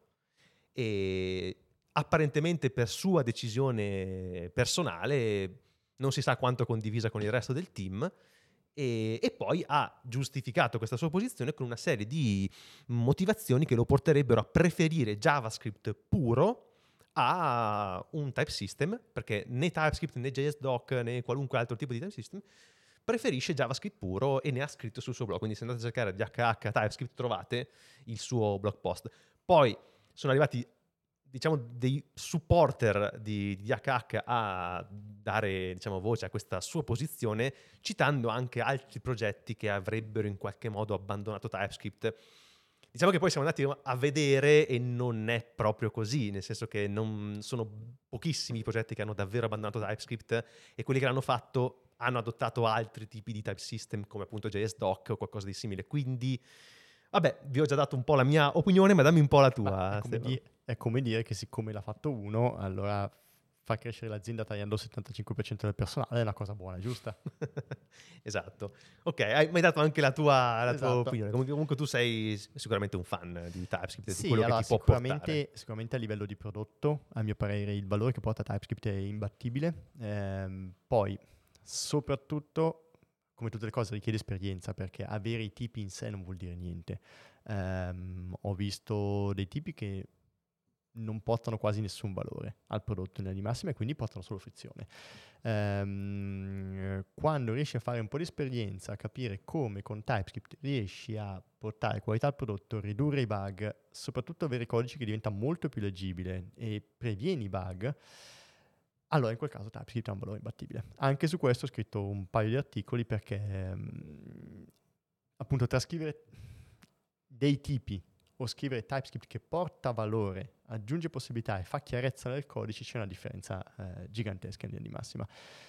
e apparentemente per sua decisione personale, non si sa quanto condivisa con il resto del team, e, e poi ha giustificato questa sua posizione con una serie di motivazioni che lo porterebbero a preferire JavaScript puro a un type system, perché né TypeScript né J S Doc né qualunque altro tipo di type system preferisce JavaScript puro e ne ha scritto sul suo blog. Quindi se andate a cercare D H H TypeScript trovate il suo blog post. Poi sono arrivati, diciamo, dei supporter di D H H a dare, diciamo, voce a questa sua posizione, citando anche altri progetti che avrebbero in qualche modo abbandonato TypeScript. Diciamo che poi siamo andati a vedere e non è proprio così, nel senso che non sono pochissimi i progetti che hanno davvero abbandonato TypeScript e quelli che l'hanno fatto hanno adottato altri tipi di type system come appunto J S Doc o qualcosa di simile. Quindi, vabbè, vi ho già dato un po' la mia opinione, ma dammi un po' la tua. Ma è, come Stefano. di- è come dire che siccome l'ha fatto uno, allora far crescere l'azienda tagliando il settantacinque per cento del personale è una cosa buona, giusta? Esatto. Ok, hai, mi hai dato anche la tua, la tua Esatto. opinione. Comunque, comunque tu sei sicuramente un fan di TypeScript, di Sì, quello allora che ti può portare. sicuramente, sicuramente a livello di prodotto, a mio parere, il valore che porta TypeScript è imbattibile. Ehm, poi, soprattutto, come tutte le cose, richiede esperienza, perché avere i tipi in sé non vuol dire niente. Ehm, ho visto dei tipi che non portano quasi nessun valore al prodotto in linea di massima e quindi portano solo frizione. Ehm, quando riesci a fare un po' di esperienza, a capire come con TypeScript riesci a portare qualità al prodotto, ridurre i bug, soprattutto avere codice che diventa molto più leggibile e previeni i bug, allora in quel caso TypeScript ha un valore imbattibile. Anche su questo ho scritto un paio di articoli perché ehm, appunto trascrivere dei tipi o scrivere TypeScript che porta valore, aggiunge possibilità e fa chiarezza nel codice, c'è una differenza eh, gigantesca in linea di massima.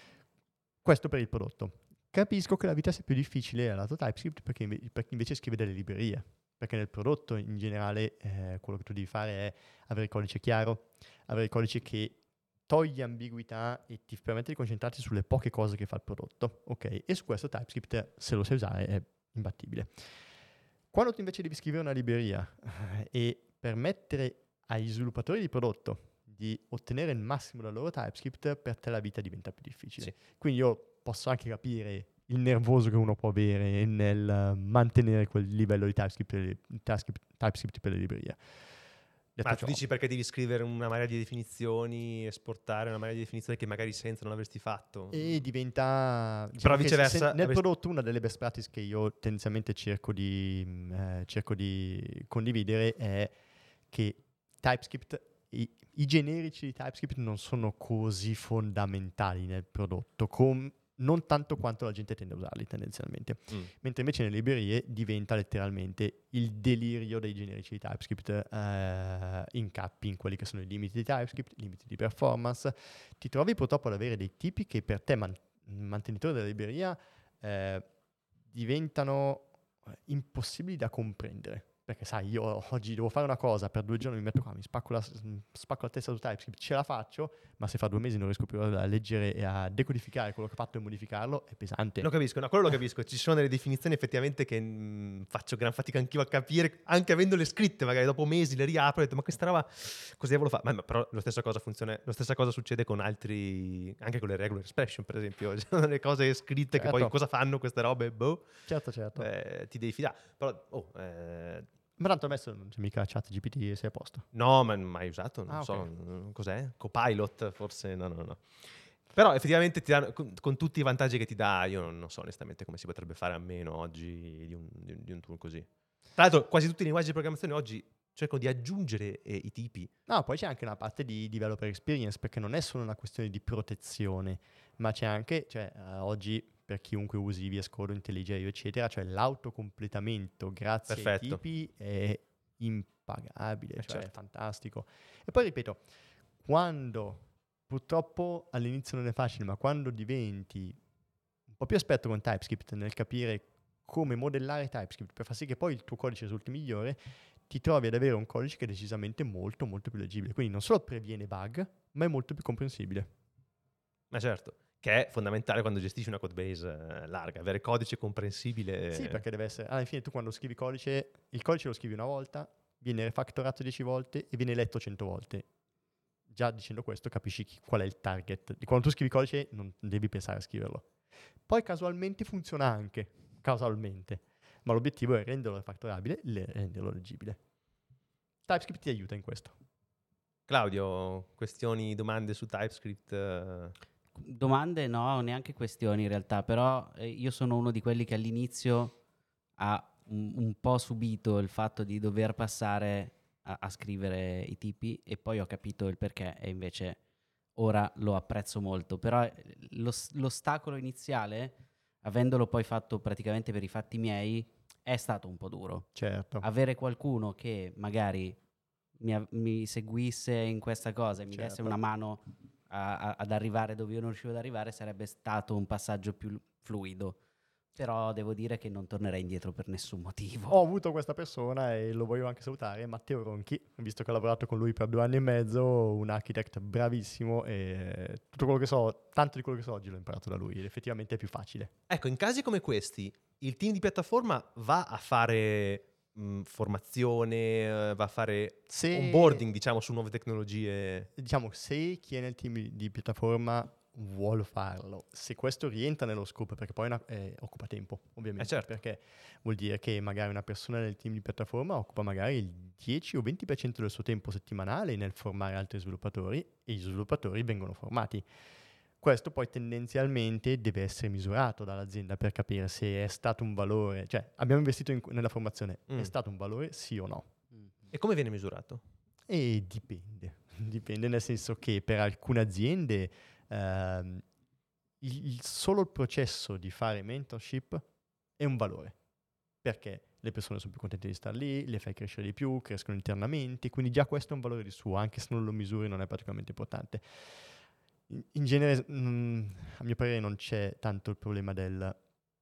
Questo per il prodotto. Capisco che la vita sia più difficile al lato TypeScript perché, inve- perché invece scrive delle librerie, perché nel prodotto in generale eh, quello che tu devi fare è avere il codice chiaro, avere il codice che toglie ambiguità e ti permette di concentrarti sulle poche cose che fa il prodotto, ok? E su questo TypeScript, se lo sai usare, è imbattibile. Quando tu invece devi scrivere una libreria eh, e permettere agli sviluppatori di prodotto di ottenere il massimo dal loro TypeScript, per te la vita diventa più difficile. Sì. Quindi io posso anche capire il nervoso che uno può avere nel mantenere quel livello di TypeScript, per le- TypeScript, TypeScript per le librerie. Detto Ma tu ciò, dici perché devi scrivere una marea di definizioni, esportare una marea di definizioni che magari senza non avresti fatto? e diventa diciamo Però che viceversa se- nel avresti- prodotto una delle best practice che io tendenzialmente cerco di, mh, eh, cerco di condividere è che TypeScript i, i generici di TypeScript non sono così fondamentali nel prodotto, com- non tanto quanto la gente tende a usarli tendenzialmente, Mm. mentre invece nelle librerie diventa letteralmente il delirio dei generici di TypeScript, eh, incappi in quelli che sono i limiti di TypeScript, limiti di performance. Ti trovi purtroppo ad avere dei tipi che per te, man- mantenitore della libreria, eh, diventano eh, impossibili da comprendere. Perché sai, io oggi devo fare una cosa, per due giorni mi metto qua, mi spacco la, spacco la testa su TypeScript, ce la faccio, ma se fra due mesi non riesco più a leggere e a decodificare quello che ho fatto e modificarlo, è pesante. Lo capisco, no, quello lo capisco. Ci sono delle definizioni effettivamente che mh, faccio gran fatica anch'io a capire, anche avendole scritte, magari dopo mesi le riapro e ho detto, ma questa roba così devo fare? Ma, ma però lo stessa cosa funziona, lo stessa cosa succede con altri, anche con le regular expression, per esempio. Ci sono delle cose scritte che poi Certo. cosa fanno queste robe? Boh, Certo, certo. eh, ti devi fidare. Però, oh, eh, Ma tanto adesso non c'è mica chat G P T e sei a posto. no, ma mai usato, non Ah, so, ok. non- cos'è? Copilot, forse, no, no, no. Però effettivamente ti danno, con, con tutti i vantaggi che ti dà, io non, non so onestamente come si potrebbe fare a meno oggi di un, di un, di un tool così. Tra l'altro quasi tutti i linguaggi di programmazione oggi cercano di aggiungere eh, i tipi. No, poi c'è anche una parte di developer experience, perché non è solo una questione di protezione, ma c'è anche, cioè uh, oggi per chiunque usi V S Code, IntelliJ, eccetera, cioè l'autocompletamento grazie Perfetto. ai tipi è impagabile, Eh, cioè certo. è fantastico. E poi ripeto, quando, purtroppo all'inizio non è facile, ma quando diventi un po' più esperto con TypeScript nel capire come modellare TypeScript per far sì che poi il tuo codice risulti migliore, ti trovi ad avere un codice che è decisamente molto molto più leggibile. Quindi non solo previene bug, ma è molto più comprensibile. Ma certo, che è fondamentale quando gestisci una code base eh, larga, avere codice comprensibile. Sì, perché deve essere... Alla fine tu quando scrivi codice, il codice lo scrivi una volta, viene refactorato dieci volte e viene letto cento volte. Già dicendo questo capisci chi, qual è il target. Di quando tu scrivi codice non devi pensare a scriverlo. Poi casualmente funziona anche, casualmente. Ma l'obiettivo è renderlo refactorabile e renderlo leggibile. TypeScript ti aiuta in questo. Claudio, questioni, domande su TypeScript? eh? Domande no, neanche questioni in realtà, però eh, io sono uno di quelli che all'inizio ha un, un po' subito il fatto di dover passare a, a scrivere i tipi e poi ho capito il perché e invece ora lo apprezzo molto, però eh, lo, l'ostacolo iniziale, avendolo poi fatto praticamente per i fatti miei, è stato un po' duro. Certo. Avere qualcuno che magari mi, av- mi seguisse in questa cosa e mi Certo. desse una mano a- a- ad arrivare dove io non riuscivo ad arrivare sarebbe stato un passaggio più lu- fluido. Però devo dire che non tornerei indietro per nessun motivo. Ho avuto questa persona e lo voglio anche salutare, Matteo Ronchi, visto che ho lavorato con lui per due anni e mezzo, un architect bravissimo e tutto quello che so, tanto di quello che so oggi l'ho imparato da lui ed effettivamente è più facile. Ecco, in casi come questi, il team di piattaforma va a fare mh, formazione, eh, va a fare Se, onboarding, diciamo, su nuove tecnologie. diciamo, se chi è nel team di piattaforma vuole farlo, se questo rientra nello scopo, perché poi è una- eh, occupa tempo, ovviamente, Eh, certo. perché vuol dire che magari una persona nel team di piattaforma occupa magari il dieci o venti per cento del suo tempo settimanale nel formare altri sviluppatori e gli sviluppatori vengono formati. Questo poi tendenzialmente deve essere misurato dall'azienda per capire se è stato un valore, cioè abbiamo investito in- nella formazione, Mm. è stato un valore sì o no? E come viene misurato? E dipende, dipende nel senso che per alcune aziende ehm, il, il solo il processo di fare mentorship è un valore, perché le persone sono più contente di stare lì, le fai crescere di più, crescono internamente, quindi già questo è un valore di suo, anche se non lo misuri non è particolarmente importante. In, in genere, mh, a mio parere, non c'è tanto il problema del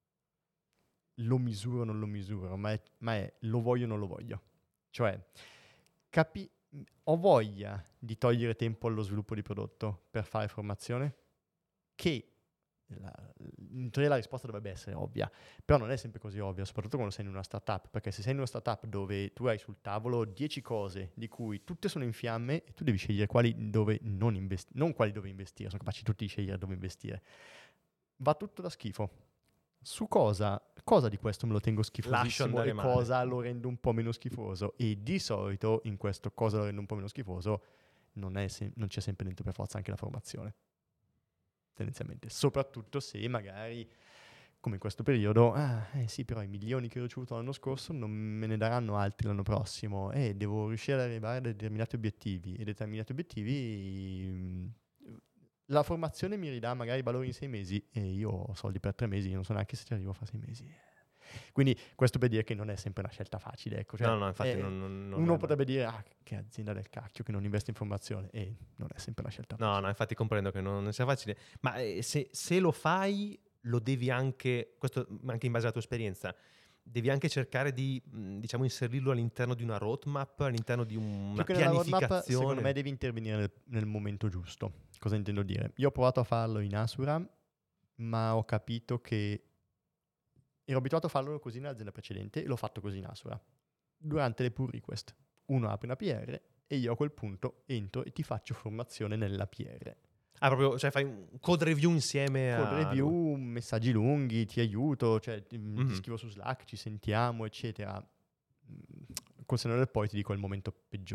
lo misuro o non lo misuro, ma è, ma è lo voglio o non lo voglio. Cioè, capi- ho voglia di togliere tempo allo sviluppo di prodotto per fare formazione? Che la, in teoria la risposta dovrebbe essere ovvia, però non è sempre così ovvia, soprattutto quando sei in una startup, perché se sei in una startup dove tu hai sul tavolo dieci cose di cui tutte sono in fiamme e tu devi scegliere quali dove non investire, non quali dove investire, sono capaci tutti di scegliere dove investire, va tutto da schifo. Su cosa, cosa di questo me lo tengo Lascio schifosissimo andare e male. cosa lo rendo un po' meno schifoso? E di solito in questo cosa lo rendo un po' meno schifoso non, è sem- non c'è sempre dentro per forza anche la formazione. Tendenzialmente, soprattutto se magari, come in questo periodo, ah, eh sì, però i milioni che ho ricevuto l'anno scorso non me ne daranno altri l'anno prossimo e devo riuscire ad arrivare a determinati obiettivi e determinati obiettivi mh, la formazione mi ridà magari valori in sei mesi e io ho soldi per tre mesi, non so neanche se ci arrivo a fare sei mesi. Quindi questo per dire che non è sempre una scelta facile, ecco. Cioè, no, no, infatti eh, non, non, non uno è- potrebbe dire, ah, che azienda del cacchio che non investe in formazione e non è sempre una scelta No, facile. no, infatti comprendo che non, non sia facile. Ma eh, se, se lo fai, lo devi anche, questo anche in base alla tua esperienza, devi anche cercare di, mh, diciamo, inserirlo all'interno di una roadmap, all'interno di un- una Più che nella roadmap, pianificazione. secondo me devi intervenire nel, nel momento giusto. Cosa intendo dire? Io ho provato a farlo in Asura, ma ho capito che ero abituato a farlo così nell'azienda precedente e l'ho fatto così in Asura. Durante le pull request, uno apre una P R e io a quel punto entro e ti faccio formazione nella P R. Ah, proprio, cioè fai un code review insieme Code a... review, messaggi lunghi, ti aiuto, cioè ti, Mhm. ti scrivo su Slack, ci sentiamo, eccetera. Mm, Col senno del poi ti dico è il momento peggiore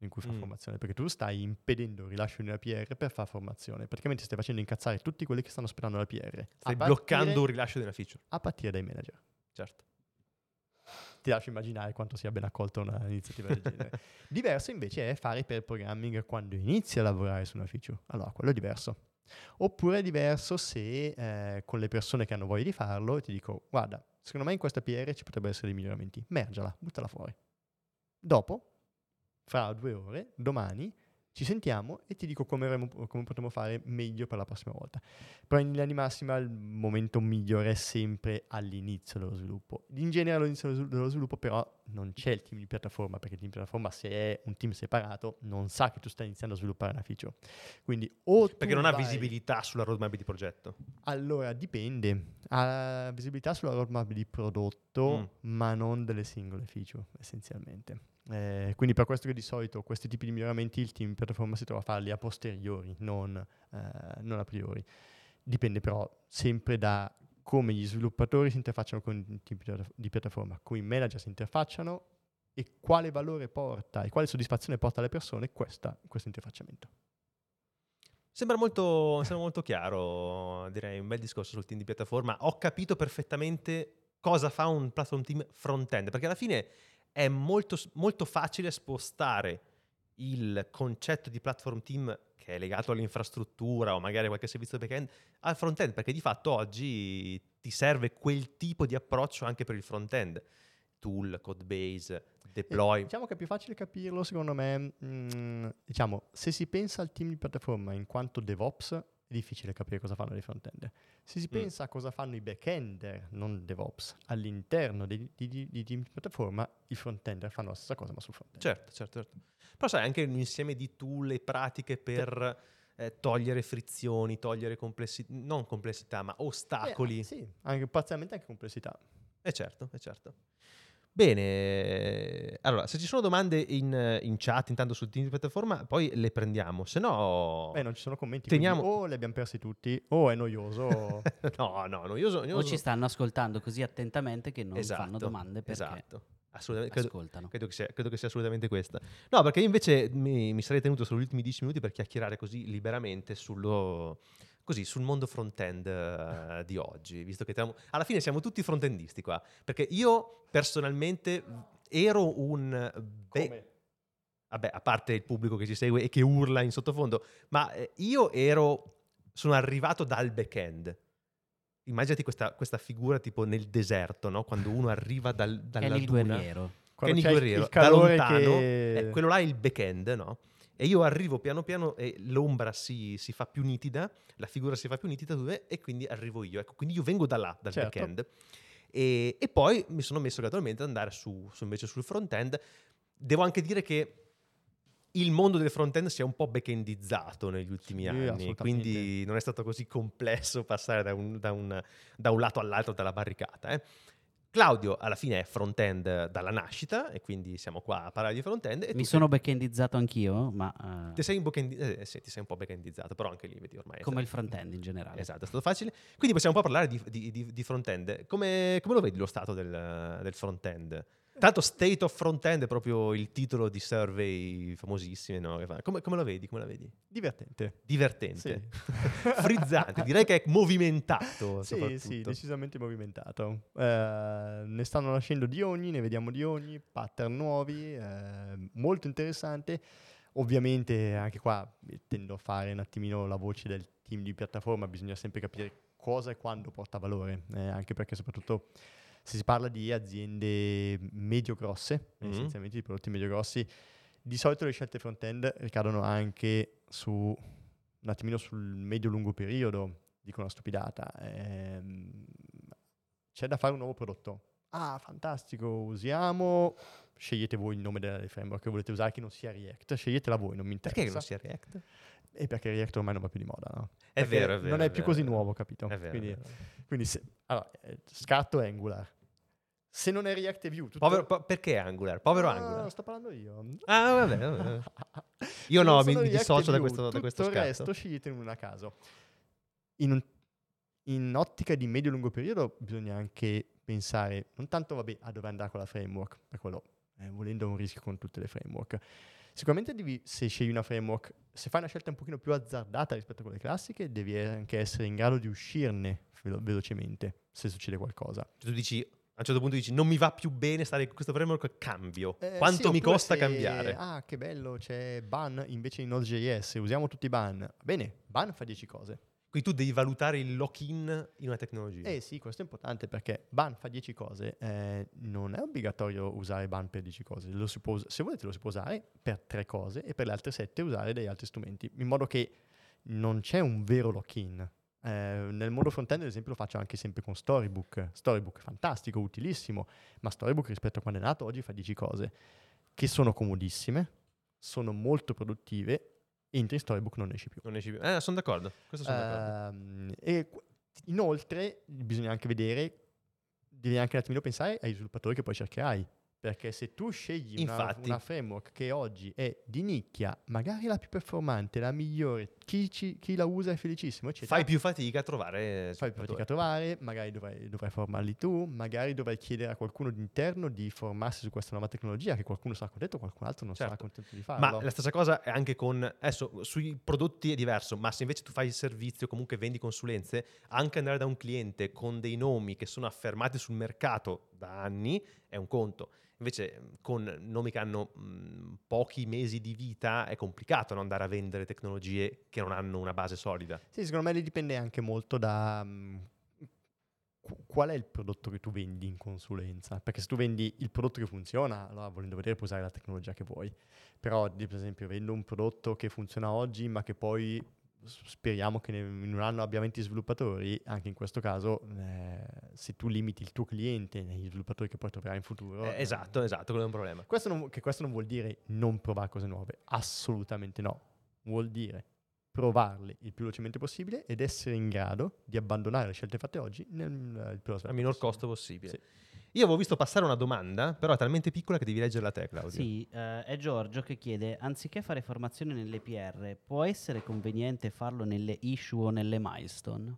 in cui fa Mm. formazione, perché tu stai impedendo il rilascio di una P R per fare formazione. Praticamente stai facendo incazzare tutti quelli che stanno aspettando la P R. Stai a partire- bloccando un rilascio di una feature. A partire dai manager. Certo. Ti lascio immaginare quanto sia ben accolta un'iniziativa del genere. Diverso invece è fare per programming quando inizi a lavorare su una feature. Allora, quello è diverso. Oppure è diverso se eh, con le persone che hanno voglia di farlo ti dico, guarda, secondo me in questa P R ci potrebbero essere dei miglioramenti. Mergiala, buttala fuori. Dopo, fra due ore, domani, ci sentiamo e ti dico come, avremo, come potremo fare meglio per la prossima volta. Però in linea di massima il momento migliore è sempre all'inizio dello sviluppo. In genere all'inizio dello sviluppo però non c'è il team di piattaforma, perché il team di piattaforma, se è un team separato, non sa che tu stai iniziando a sviluppare una feature. Quindi o tu Perché non ha vai- visibilità sulla roadmap di progetto. Allora, dipende. Ha visibilità sulla roadmap di prodotto, Mm. ma non delle singole feature, essenzialmente. Eh, quindi per questo che di solito questi tipi di miglioramenti il team di piattaforma si trova a farli a posteriori, non, eh, non a priori. Dipende però sempre da come gli sviluppatori si interfacciano con il team di piattaforma, come i manager si interfacciano e quale valore porta e quale soddisfazione porta alle persone questa, questo interfacciamento. Sembra molto, sembra molto chiaro, direi un bel discorso sul team di piattaforma. Ho capito perfettamente cosa fa un platform team front-end, perché alla fine è molto, molto facile spostare il concetto di platform team che è legato all'infrastruttura o magari a qualche servizio back-end al front-end, perché di fatto oggi ti serve quel tipo di approccio anche per il front-end. Tool, code base, deploy. Eh, diciamo che è più facile capirlo, secondo me, mm, diciamo, se si pensa al team di piattaforma in quanto DevOps, è difficile capire cosa fanno i front-end. Se si Mm. pensa a cosa fanno i back-ender, non DevOps, all'interno di, di, di, di team di piattaforma, i front-ender fanno la stessa cosa, ma sul front-end. Certo, certo, certo. Però sai, anche un insieme di tool e pratiche per eh, togliere frizioni, togliere complessità, non complessità, ma ostacoli. Eh, sì, anche, parzialmente anche complessità. Eh certo, eh certo. Bene, allora, se ci sono domande in, in chat, intanto sul team di piattaforma, poi le prendiamo, se no... Beh, non ci sono commenti, Teniamo- quindi o li abbiamo persi tutti, o è noioso. o- no, no, noioso, O noioso. ci stanno ascoltando così attentamente che non Esatto, fanno domande perché esatto. Assolutamente, credo, ascoltano. credo che sia, credo che sia assolutamente questa. No, perché io invece mi, mi sarei tenuto sugli ultimi dieci minuti per chiacchierare così liberamente sullo, così, sul mondo front-end eh, di oggi, visto che siamo, alla fine siamo tutti front-endisti qua, perché io personalmente ero un... be- Come? Vabbè, a parte il pubblico che ci segue e che urla in sottofondo, ma eh, io ero, sono arrivato dal back-end. Immaginati questa, questa figura tipo nel deserto, no? Quando uno arriva dal, dalla Kenny il duna. guerriero. Quando Kenny c'è il- Guerriero, il calore da lontano, che- eh, quello là è il back-end, no? E io arrivo piano piano e l'ombra si, si fa più nitida, la figura si fa più nitida dove, e quindi arrivo io. Ecco, quindi io vengo da là, dal Certo. back-end. E, e poi mi sono messo gradualmente ad andare su, su invece sul front-end. Devo anche dire che il mondo del front-end si è un po' back-endizzato negli ultimi Sì, anni, assolutamente. quindi non è stato così complesso passare da un, da un- da un lato all'altro della barricata. eh. Claudio alla fine è front-end dalla nascita e quindi siamo qua a parlare di front-end. E Mi tu sono backendizzato anch'io, ma eh, Ti sei, un backendi- eh, sì, ti sei un po' backendizzato, però anche lì vedi ormai. è come il stato- front-end in generale. Esatto, è stato facile. Quindi possiamo un po' parlare di, di- di- di front-end. Come, come lo vedi lo stato del, del front-end? Tanto State of Front-end è proprio il titolo di survey famosissimi, no? Che fa- Come, come lo vedi? Come la vedi? Divertente. Divertente, Sì. frizzante, direi che è movimentato. Sì, soprattutto. sì, decisamente movimentato. Eh, ne stanno nascendo di ogni, ne vediamo di ogni, pattern nuovi, eh, molto interessante. Ovviamente anche qua tendo a fare un attimino la voce del team di piattaforma, bisogna sempre capire cosa e quando porta valore, eh, anche perché soprattutto se si parla di aziende medio-grosse, Mhm. essenzialmente di prodotti medio-grossi, di solito le scelte front-end ricadono anche su un attimino sul medio-lungo periodo. Dico una stupidata. Ehm, c'è da fare un nuovo prodotto. Ah, fantastico, usiamo... Scegliete voi il nome del framework che volete usare che non sia React. Sceglietela voi, non mi interessa. Perché che non sia React? E perché React ormai non va più di moda, no? È Perché vero, è vero. non è, più vero, così è vero. nuovo, capito? È vero, Quindi, è vero. quindi se, allora, eh, scarto Angular. Se non è React e Vue... Tutto... Povero- po- perché Angular? Povero Ah, Angular. sto parlando io. Ah, vabbè, vabbè. Io Se no, non mi, sono mi React dissocio e da Vue, questo, da tutto questo il scatto. resto sceglietene una a caso. In, un- in ottica di medio-lungo periodo bisogna anche pensare non tanto vabbè, a dove andare con la framework, per quello eh, volendo è un rischio con tutte le framework. Sicuramente devi, se scegli una framework, se fai una scelta un pochino più azzardata rispetto a quelle classiche, devi anche essere in grado di uscirne velo- velocemente se succede qualcosa. Tu dici, a un certo punto dici, non mi va più bene stare con questo framework, cambio. Eh, Quanto sì, mi oppure costa se- cambiare? Ah, che bello, c'è ban invece di Node.js, usiamo tutti i ban. Bene, ban fa dieci cose. Quindi tu devi valutare il lock-in in una tecnologia. Eh sì, questo è importante perché ban fa dieci cose, eh, non è obbligatorio usare ban per dieci cose, lo si può us- se volete lo si può usare per tre cose e per le altre sette usare degli altri strumenti, in modo che non c'è un vero lock-in. Eh, nel mondo front-end ad esempio lo faccio anche sempre con Storybook, Storybook fantastico, utilissimo, ma Storybook rispetto a quando è nato oggi fa dieci cose, che sono comodissime, sono molto produttive, entri in Storybook non esci più. Non esci più. Eh, sono d'accordo. Questo sono d'accordo. Ehm, e qu- inoltre bisogna anche vedere, devi anche un attimino pensare ai sviluppatori che poi cercherai. Perché se tu scegli una, Infatti. una framework che oggi è di nicchia, magari la più performante, la migliore, chi, ci- chi la usa è felicissimo, eccetera. Fai più fatica a trovare Fai più fatica a trovare, magari dovrai, dovrai formarli tu, magari dovrai chiedere a qualcuno d'interno di formarsi su questa nuova tecnologia, che qualcuno sarà contento, qualcun altro non sarà Certo. contento di farlo. Ma la stessa cosa è anche con, adesso sui prodotti è diverso, ma se invece tu fai il servizio, comunque vendi consulenze, anche andare da un cliente con dei nomi che sono affermati sul mercato da anni è un conto. Invece con nomi che hanno mh, pochi mesi di vita è complicato non andare a vendere tecnologie che non hanno una base solida. Sì, secondo me lì dipende anche molto da mm, qu- qual è il prodotto che tu vendi in consulenza. Perché se tu vendi il prodotto che funziona, allora volendo vedere puoi usare la tecnologia che vuoi. Però, di- per esempio, vendo un prodotto che funziona oggi, ma che poi s- speriamo che ne- in un anno abbia venti sviluppatori, anche in questo caso, eh, se tu limiti il tuo cliente negli sviluppatori che poi troverai in futuro... Eh, eh, esatto, esatto, quello è un problema. questo non, che questo non vuol dire non provare cose nuove, assolutamente no. Vuol dire provarle il più velocemente possibile ed essere in grado di abbandonare le scelte fatte oggi nel il più Al minor costo possibile. Sì. Io avevo visto passare una domanda, però è talmente piccola che devi leggerla te, Claudio. Sì, eh, è Giorgio che chiede, anziché fare formazione nelle P R, può essere conveniente farlo nelle issue o nelle milestone?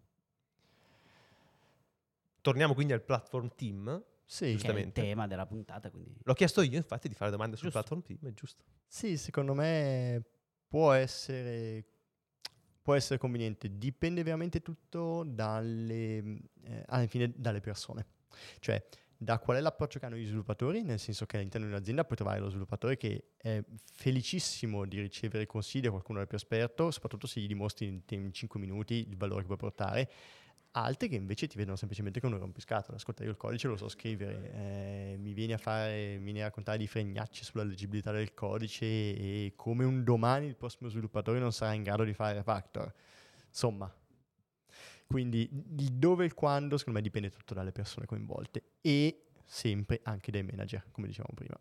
Torniamo quindi al platform team. Sì. Che è il Giustamente. tema della puntata, quindi... L'ho chiesto io, infatti, di fare domande sul Giusto. platform team, è giusto. Sì, secondo me può essere, può essere conveniente. Dipende veramente tutto dalle, eh, alla fine dalle persone. Cioè, da qual è l'approccio che hanno gli sviluppatori, nel senso che all'interno di un'azienda puoi trovare lo sviluppatore che è felicissimo di ricevere consigli da qualcuno del più esperto, soprattutto se gli dimostri in, in cinque minuti il valore che puoi portare. Altri che invece ti vedono semplicemente come un rompiscatole. Ascolta, io il codice lo so scrivere, eh, mi vieni a fare, mi vieni a raccontare di fregnacci sulla leggibilità del codice e come un domani il prossimo sviluppatore non sarà in grado di fare refactor. Insomma, quindi il dove e il quando secondo me dipende tutto dalle persone coinvolte e sempre anche dai manager, come dicevamo prima.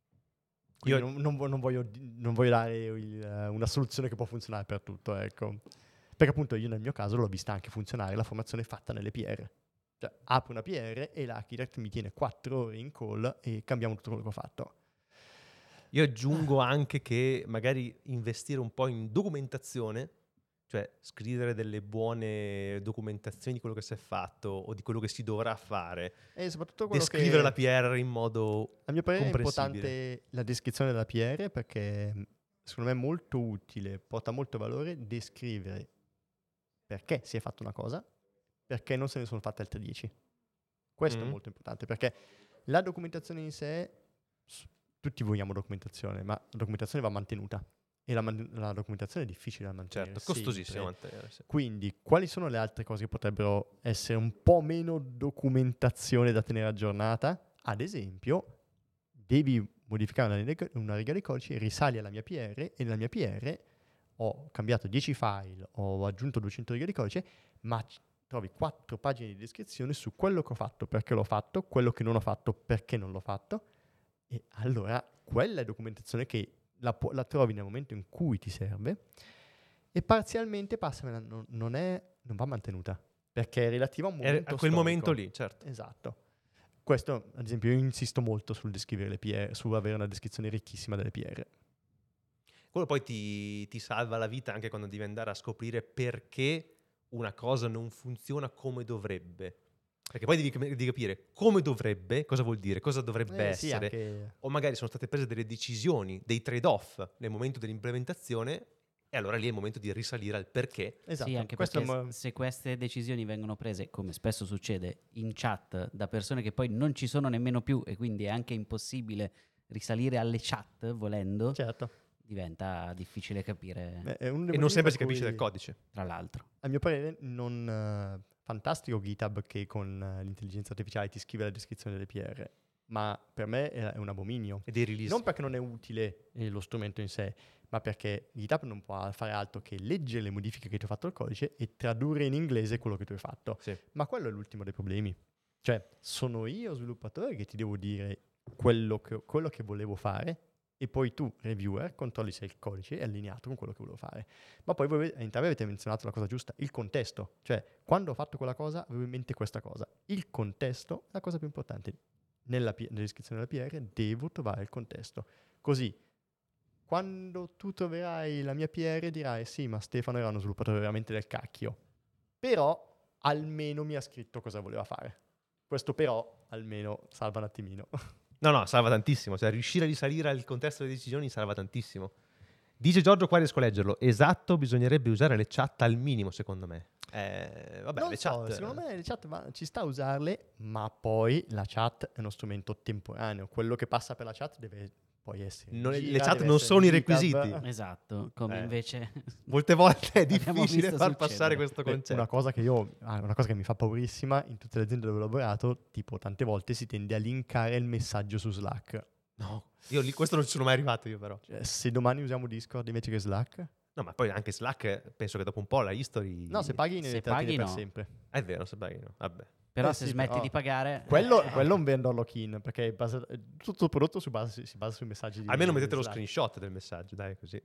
Quindi Io- non, non vo- non voglio, di- non voglio dare il- una soluzione che può funzionare per tutto, ecco. Perché appunto io nel mio caso l'ho vista anche funzionare la formazione fatta nelle P R. Cioè apro una P R e l'architect mi tiene quattro ore in call e cambiamo tutto quello che ho fatto. Io aggiungo anche che magari investire un po' in documentazione, cioè scrivere delle buone documentazioni di quello che si è fatto o di quello che si dovrà fare, E soprattutto quello descrivere che... la P R in modo A mio parere è comprensibile. importante la descrizione della P R perché mh, secondo me è molto utile, porta molto valore descrivere perché si è fatta una cosa, perché non se ne sono fatte altre dieci. Questo Mhm. è molto importante perché la documentazione in sé, s- tutti vogliamo documentazione, ma la documentazione va mantenuta e la, man- la documentazione è difficile da mantenere. Certo, costosissimo sempre. mantenere. Sì. Quindi, quali sono le altre cose che potrebbero essere un po' meno documentazione da tenere aggiornata? Ad esempio, devi modificare una riga, una riga di codice, risali alla mia P R e nella mia P R ho cambiato dieci file, ho aggiunto duecento righe di codice, ma c- trovi quattro pagine di descrizione su quello che ho fatto, perché l'ho fatto, quello che non ho fatto, perché non l'ho fatto. E allora quella è documentazione che la, pu- la trovi nel momento in cui ti serve e parzialmente passamela, non, non, è, non va mantenuta perché è relativa a un È momento a quel storico. momento lì, certo. Esatto. Questo, ad esempio, io insisto molto sul descrivere le P R, su avere una descrizione ricchissima delle P R. Quello poi ti, ti salva la vita anche quando devi andare a scoprire perché una cosa non funziona come dovrebbe. Perché poi devi, devi capire come dovrebbe, cosa vuol dire, cosa dovrebbe Eh, sì, essere, anche- o magari sono state prese delle decisioni, dei trade-off nel momento dell'implementazione, e allora lì è il momento di risalire al perché. Esatto. Sì, anche Questo perché è mo- se queste decisioni vengono prese, come spesso succede, in chat da persone che poi non ci sono nemmeno più e quindi è anche impossibile risalire alle chat volendo, Certo. diventa difficile capire, Beh, è uno dei E motivi non sempre si per capisce cui, del codice. tra l'altro. A mio parere, non eh, fantastico GitHub che con eh, l'intelligenza artificiale ti scrive la descrizione delle P R, ma per me è, è un abominio. E dei release. Non perché non è utile eh, lo strumento in sé, ma perché GitHub non può fare altro che leggere le modifiche che ti ho fatto al codice e tradurre in inglese quello che tu hai fatto. Sì. Ma quello è l'ultimo dei problemi. Cioè, sono io sviluppatore che ti devo dire quello che, quello che volevo fare e poi tu, reviewer, controlli se il codice è allineato con quello che volevo fare. Ma poi voi entrambi avete menzionato la cosa giusta, il contesto. Cioè, quando ho fatto quella cosa, avevo in mente questa cosa. Il contesto è la cosa più importante. Nella, P- nella descrizione della P R devo trovare il contesto. Così, quando tu troverai la mia P R dirai sì, ma Stefano era uno sviluppatore veramente del cacchio. Però almeno mi ha scritto cosa voleva fare. Questo però almeno salva un attimino. No, no, salva tantissimo. Cioè, riuscire a risalire al contesto delle decisioni salva tantissimo. Dice Giorgio, qua riesco a leggerlo. Esatto, bisognerebbe usare le chat al minimo, secondo me. Eh, vabbè, non le so, chat... secondo me le chat va- ci sta a usarle, ma poi la chat è uno strumento temporaneo. Quello che passa per la chat deve poi essere... Non- gira, le chat deve non essere sono i GitHub. requisiti. Esatto, come Eh. invece Molte volte è Abbiamo difficile visto far succedere. passare questo Beh, concetto. una cosa che io ah, una cosa che mi fa paurissima in tutte le aziende dove ho lavorato, tipo tante volte si tende a linkare il messaggio su Slack. No, io lì questo non ci sono mai arrivato io però. Cioè, se domani usiamo Discord invece che Slack, No, ma poi anche Slack, penso che dopo un po' la history... no, se paghi ne Se te la tieni paghi, per no. sempre. È vero, se paghi no. Vabbè. però Eh se sì, smetti però- di pagare Quello, eh, quello è un vendor lock-in, perché è basa- tutto il prodotto si basa, si basa sui messaggi di Almeno mettete lo Slack. screenshot del messaggio, dai, così.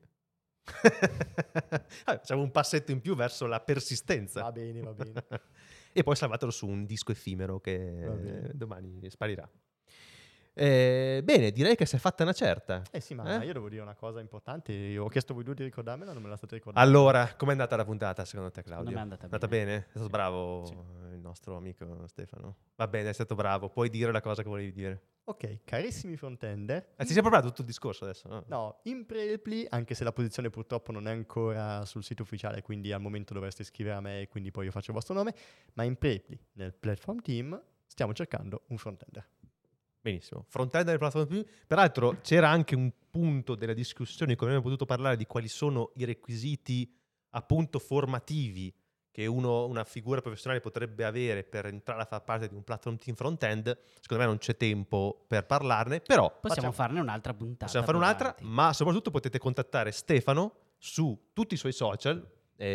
Vabbè, facciamo un passetto in più verso la persistenza. Va bene, va bene. E poi salvatelo su un disco effimero che Va bene. domani sparirà. Eh, bene, direi che si è fatta una certa. Eh sì, ma Eh? io devo dire una cosa importante. Io ho chiesto a voi due di ricordarmela, non me la state ricordando. Allora, com'è andata la puntata secondo te, Claudio? Secondo me è andata È andata bene. bene? È stato bravo Sì. il nostro amico Stefano? Va bene, è stato bravo. Puoi dire la cosa che volevi dire. Ok, carissimi frontender. Eh, ti sei preparato tutto il discorso adesso, no? No, in Preply, anche se la posizione purtroppo non è ancora sul sito ufficiale, quindi al momento dovreste scrivere a me e quindi poi io faccio il vostro nome, ma in Preply, nel platform team, stiamo cercando un frontender. Benissimo. Frontend delle platform più. Peraltro c'era anche un punto della discussione in cui abbiamo potuto parlare di quali sono i requisiti appunto formativi che uno, una figura professionale potrebbe avere per entrare a far parte di un platform team front-end. Secondo me non c'è tempo per parlarne, però possiamo facciamo- farne un'altra puntata. possiamo fare più un'altra, avanti. ma soprattutto potete contattare Stefano su tutti i suoi social,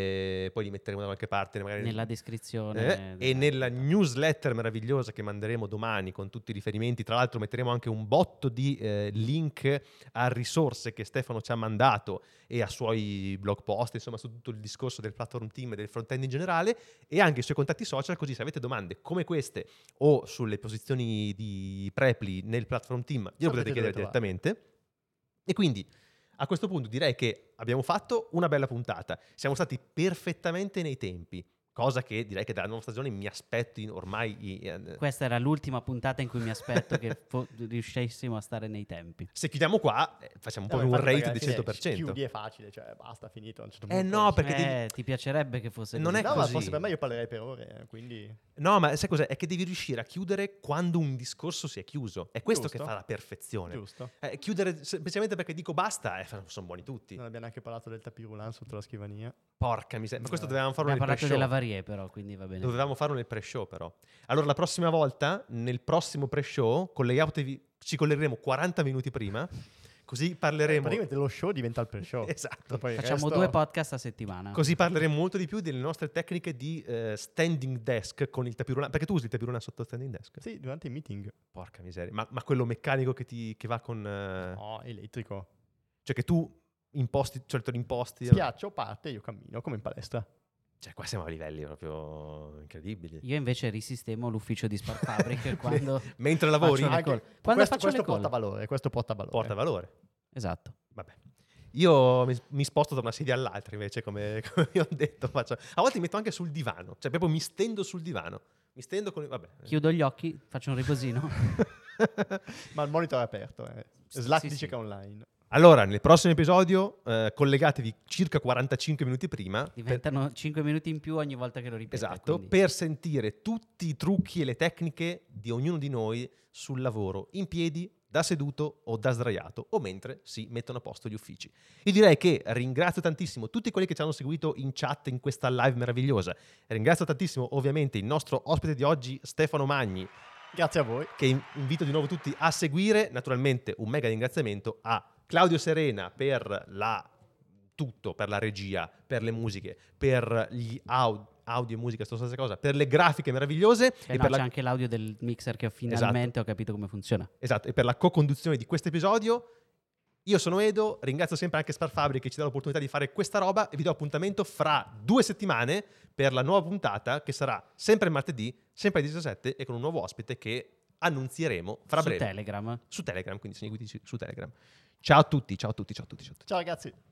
e poi li metteremo da qualche parte magari nella descrizione eh, e nella newsletter meravigliosa che manderemo domani con tutti i riferimenti. Tra l'altro metteremo anche un botto di eh, link a risorse che Stefano ci ha mandato e a suoi blog post, insomma su tutto il discorso del platform team e del front-end in generale, e anche i suoi contatti social, così se avete domande come queste o sulle posizioni di Preply nel platform team glielo Sapete potete chiedere dove trovarlo. direttamente. E quindi a questo punto direi che abbiamo fatto una bella puntata, siamo stati perfettamente nei tempi, cosa che direi che dalla nuova stagione mi aspetti ormai. eh, Questa era l'ultima puntata in cui mi aspetto che fo- riuscissimo a stare nei tempi. Se chiudiamo qua eh, facciamo un po' No, un infatti, rate perché alla del fine cento per cento. Chiudi è facile, cioè basta, finito. a un certo Eh punto. no, perché eh, devi- ti piacerebbe che fosse Non così. è No, ma così. forse per me io parlerei per ore, eh, quindi... No, ma sai cos'è? È che devi riuscire a chiudere quando un discorso si è chiuso. È questo Giusto. che fa la perfezione. Giusto. Eh, chiudere semplicemente perché dico basta, eh, sono buoni tutti. Non abbiamo neanche parlato del tapis roulant sotto la scrivania. Porca miseria. Ma questo Eh, dovevamo farlo Abbiamo nel parlato pre-show. della varie però, quindi va bene. Dovevamo farlo nel pre-show però. Allora la prossima volta, nel prossimo pre-show, collegatevi, ci collegheremo quaranta minuti prima, così Eh, parleremo... praticamente lo show diventa il pre-show. Esatto. Poi il Facciamo resto- due podcast a settimana. Così parleremo molto di più delle nostre tecniche di eh, standing desk con il tapis roulant. Perché tu usi il tapis roulant sotto standing desk? Sì, durante i meeting. Porca miseria. Ma, ma quello meccanico che, ti, che va con... eh, No, elettrico. Cioè che tu imposti, cioè te lo imposti... Schiaccio, parte, io cammino come in palestra. Cioè qua siamo a livelli proprio incredibili. Io invece risistemo l'ufficio di Spark Fabric quando Mentre lavori faccio le Anche- call. Quando questo faccio le questo call. porta valore, questo porta valore. porta valore. Esatto. Vabbè. Io mi, mi sposto da una sedia all'altra invece, come, come vi ho detto. Faccio. A volte mi metto anche sul divano, cioè proprio mi stendo sul divano. Mi stendo con... Vabbè. Chiudo gli occhi, faccio un riposino. Ma il monitor è aperto, eh. Slack sì, dice sì. che è online. Allora, nel prossimo episodio eh, collegatevi circa quarantacinque minuti prima. Diventano per... cinque minuti in più ogni volta che lo ripete. Esatto, quindi... per sentire tutti i trucchi e le tecniche di ognuno di noi sul lavoro, in piedi, da seduto o da sdraiato, o mentre si mettono a posto gli uffici. Io direi che ringrazio tantissimo tutti quelli che ci hanno seguito in chat in questa live meravigliosa. Ringrazio tantissimo ovviamente il nostro ospite di oggi, Stefano Magni. Grazie a voi. Che invito di nuovo tutti a seguire. Naturalmente un mega ringraziamento a Claudio Serena per la tutto, per la regia, per le musiche, per gli audio, audio e musica, sto stessa cosa, per le grafiche meravigliose. Eh e no, per c'è la... anche l'audio del mixer che finalmente esatto. ho capito come funziona. Esatto, e per la co-conduzione di questo episodio. Io sono Edo, ringrazio sempre anche Sparfabric che ci dà l'opportunità di fare questa roba e vi do appuntamento fra due settimane per la nuova puntata che sarà sempre martedì, sempre alle diciassette e con un nuovo ospite che annunzieremo fra Su breve. Telegram. Su Telegram, quindi seguiteci su Telegram. Ciao a tutti, ciao a tutti, ciao a tutti. Ciao a tutti. Ciao ragazzi.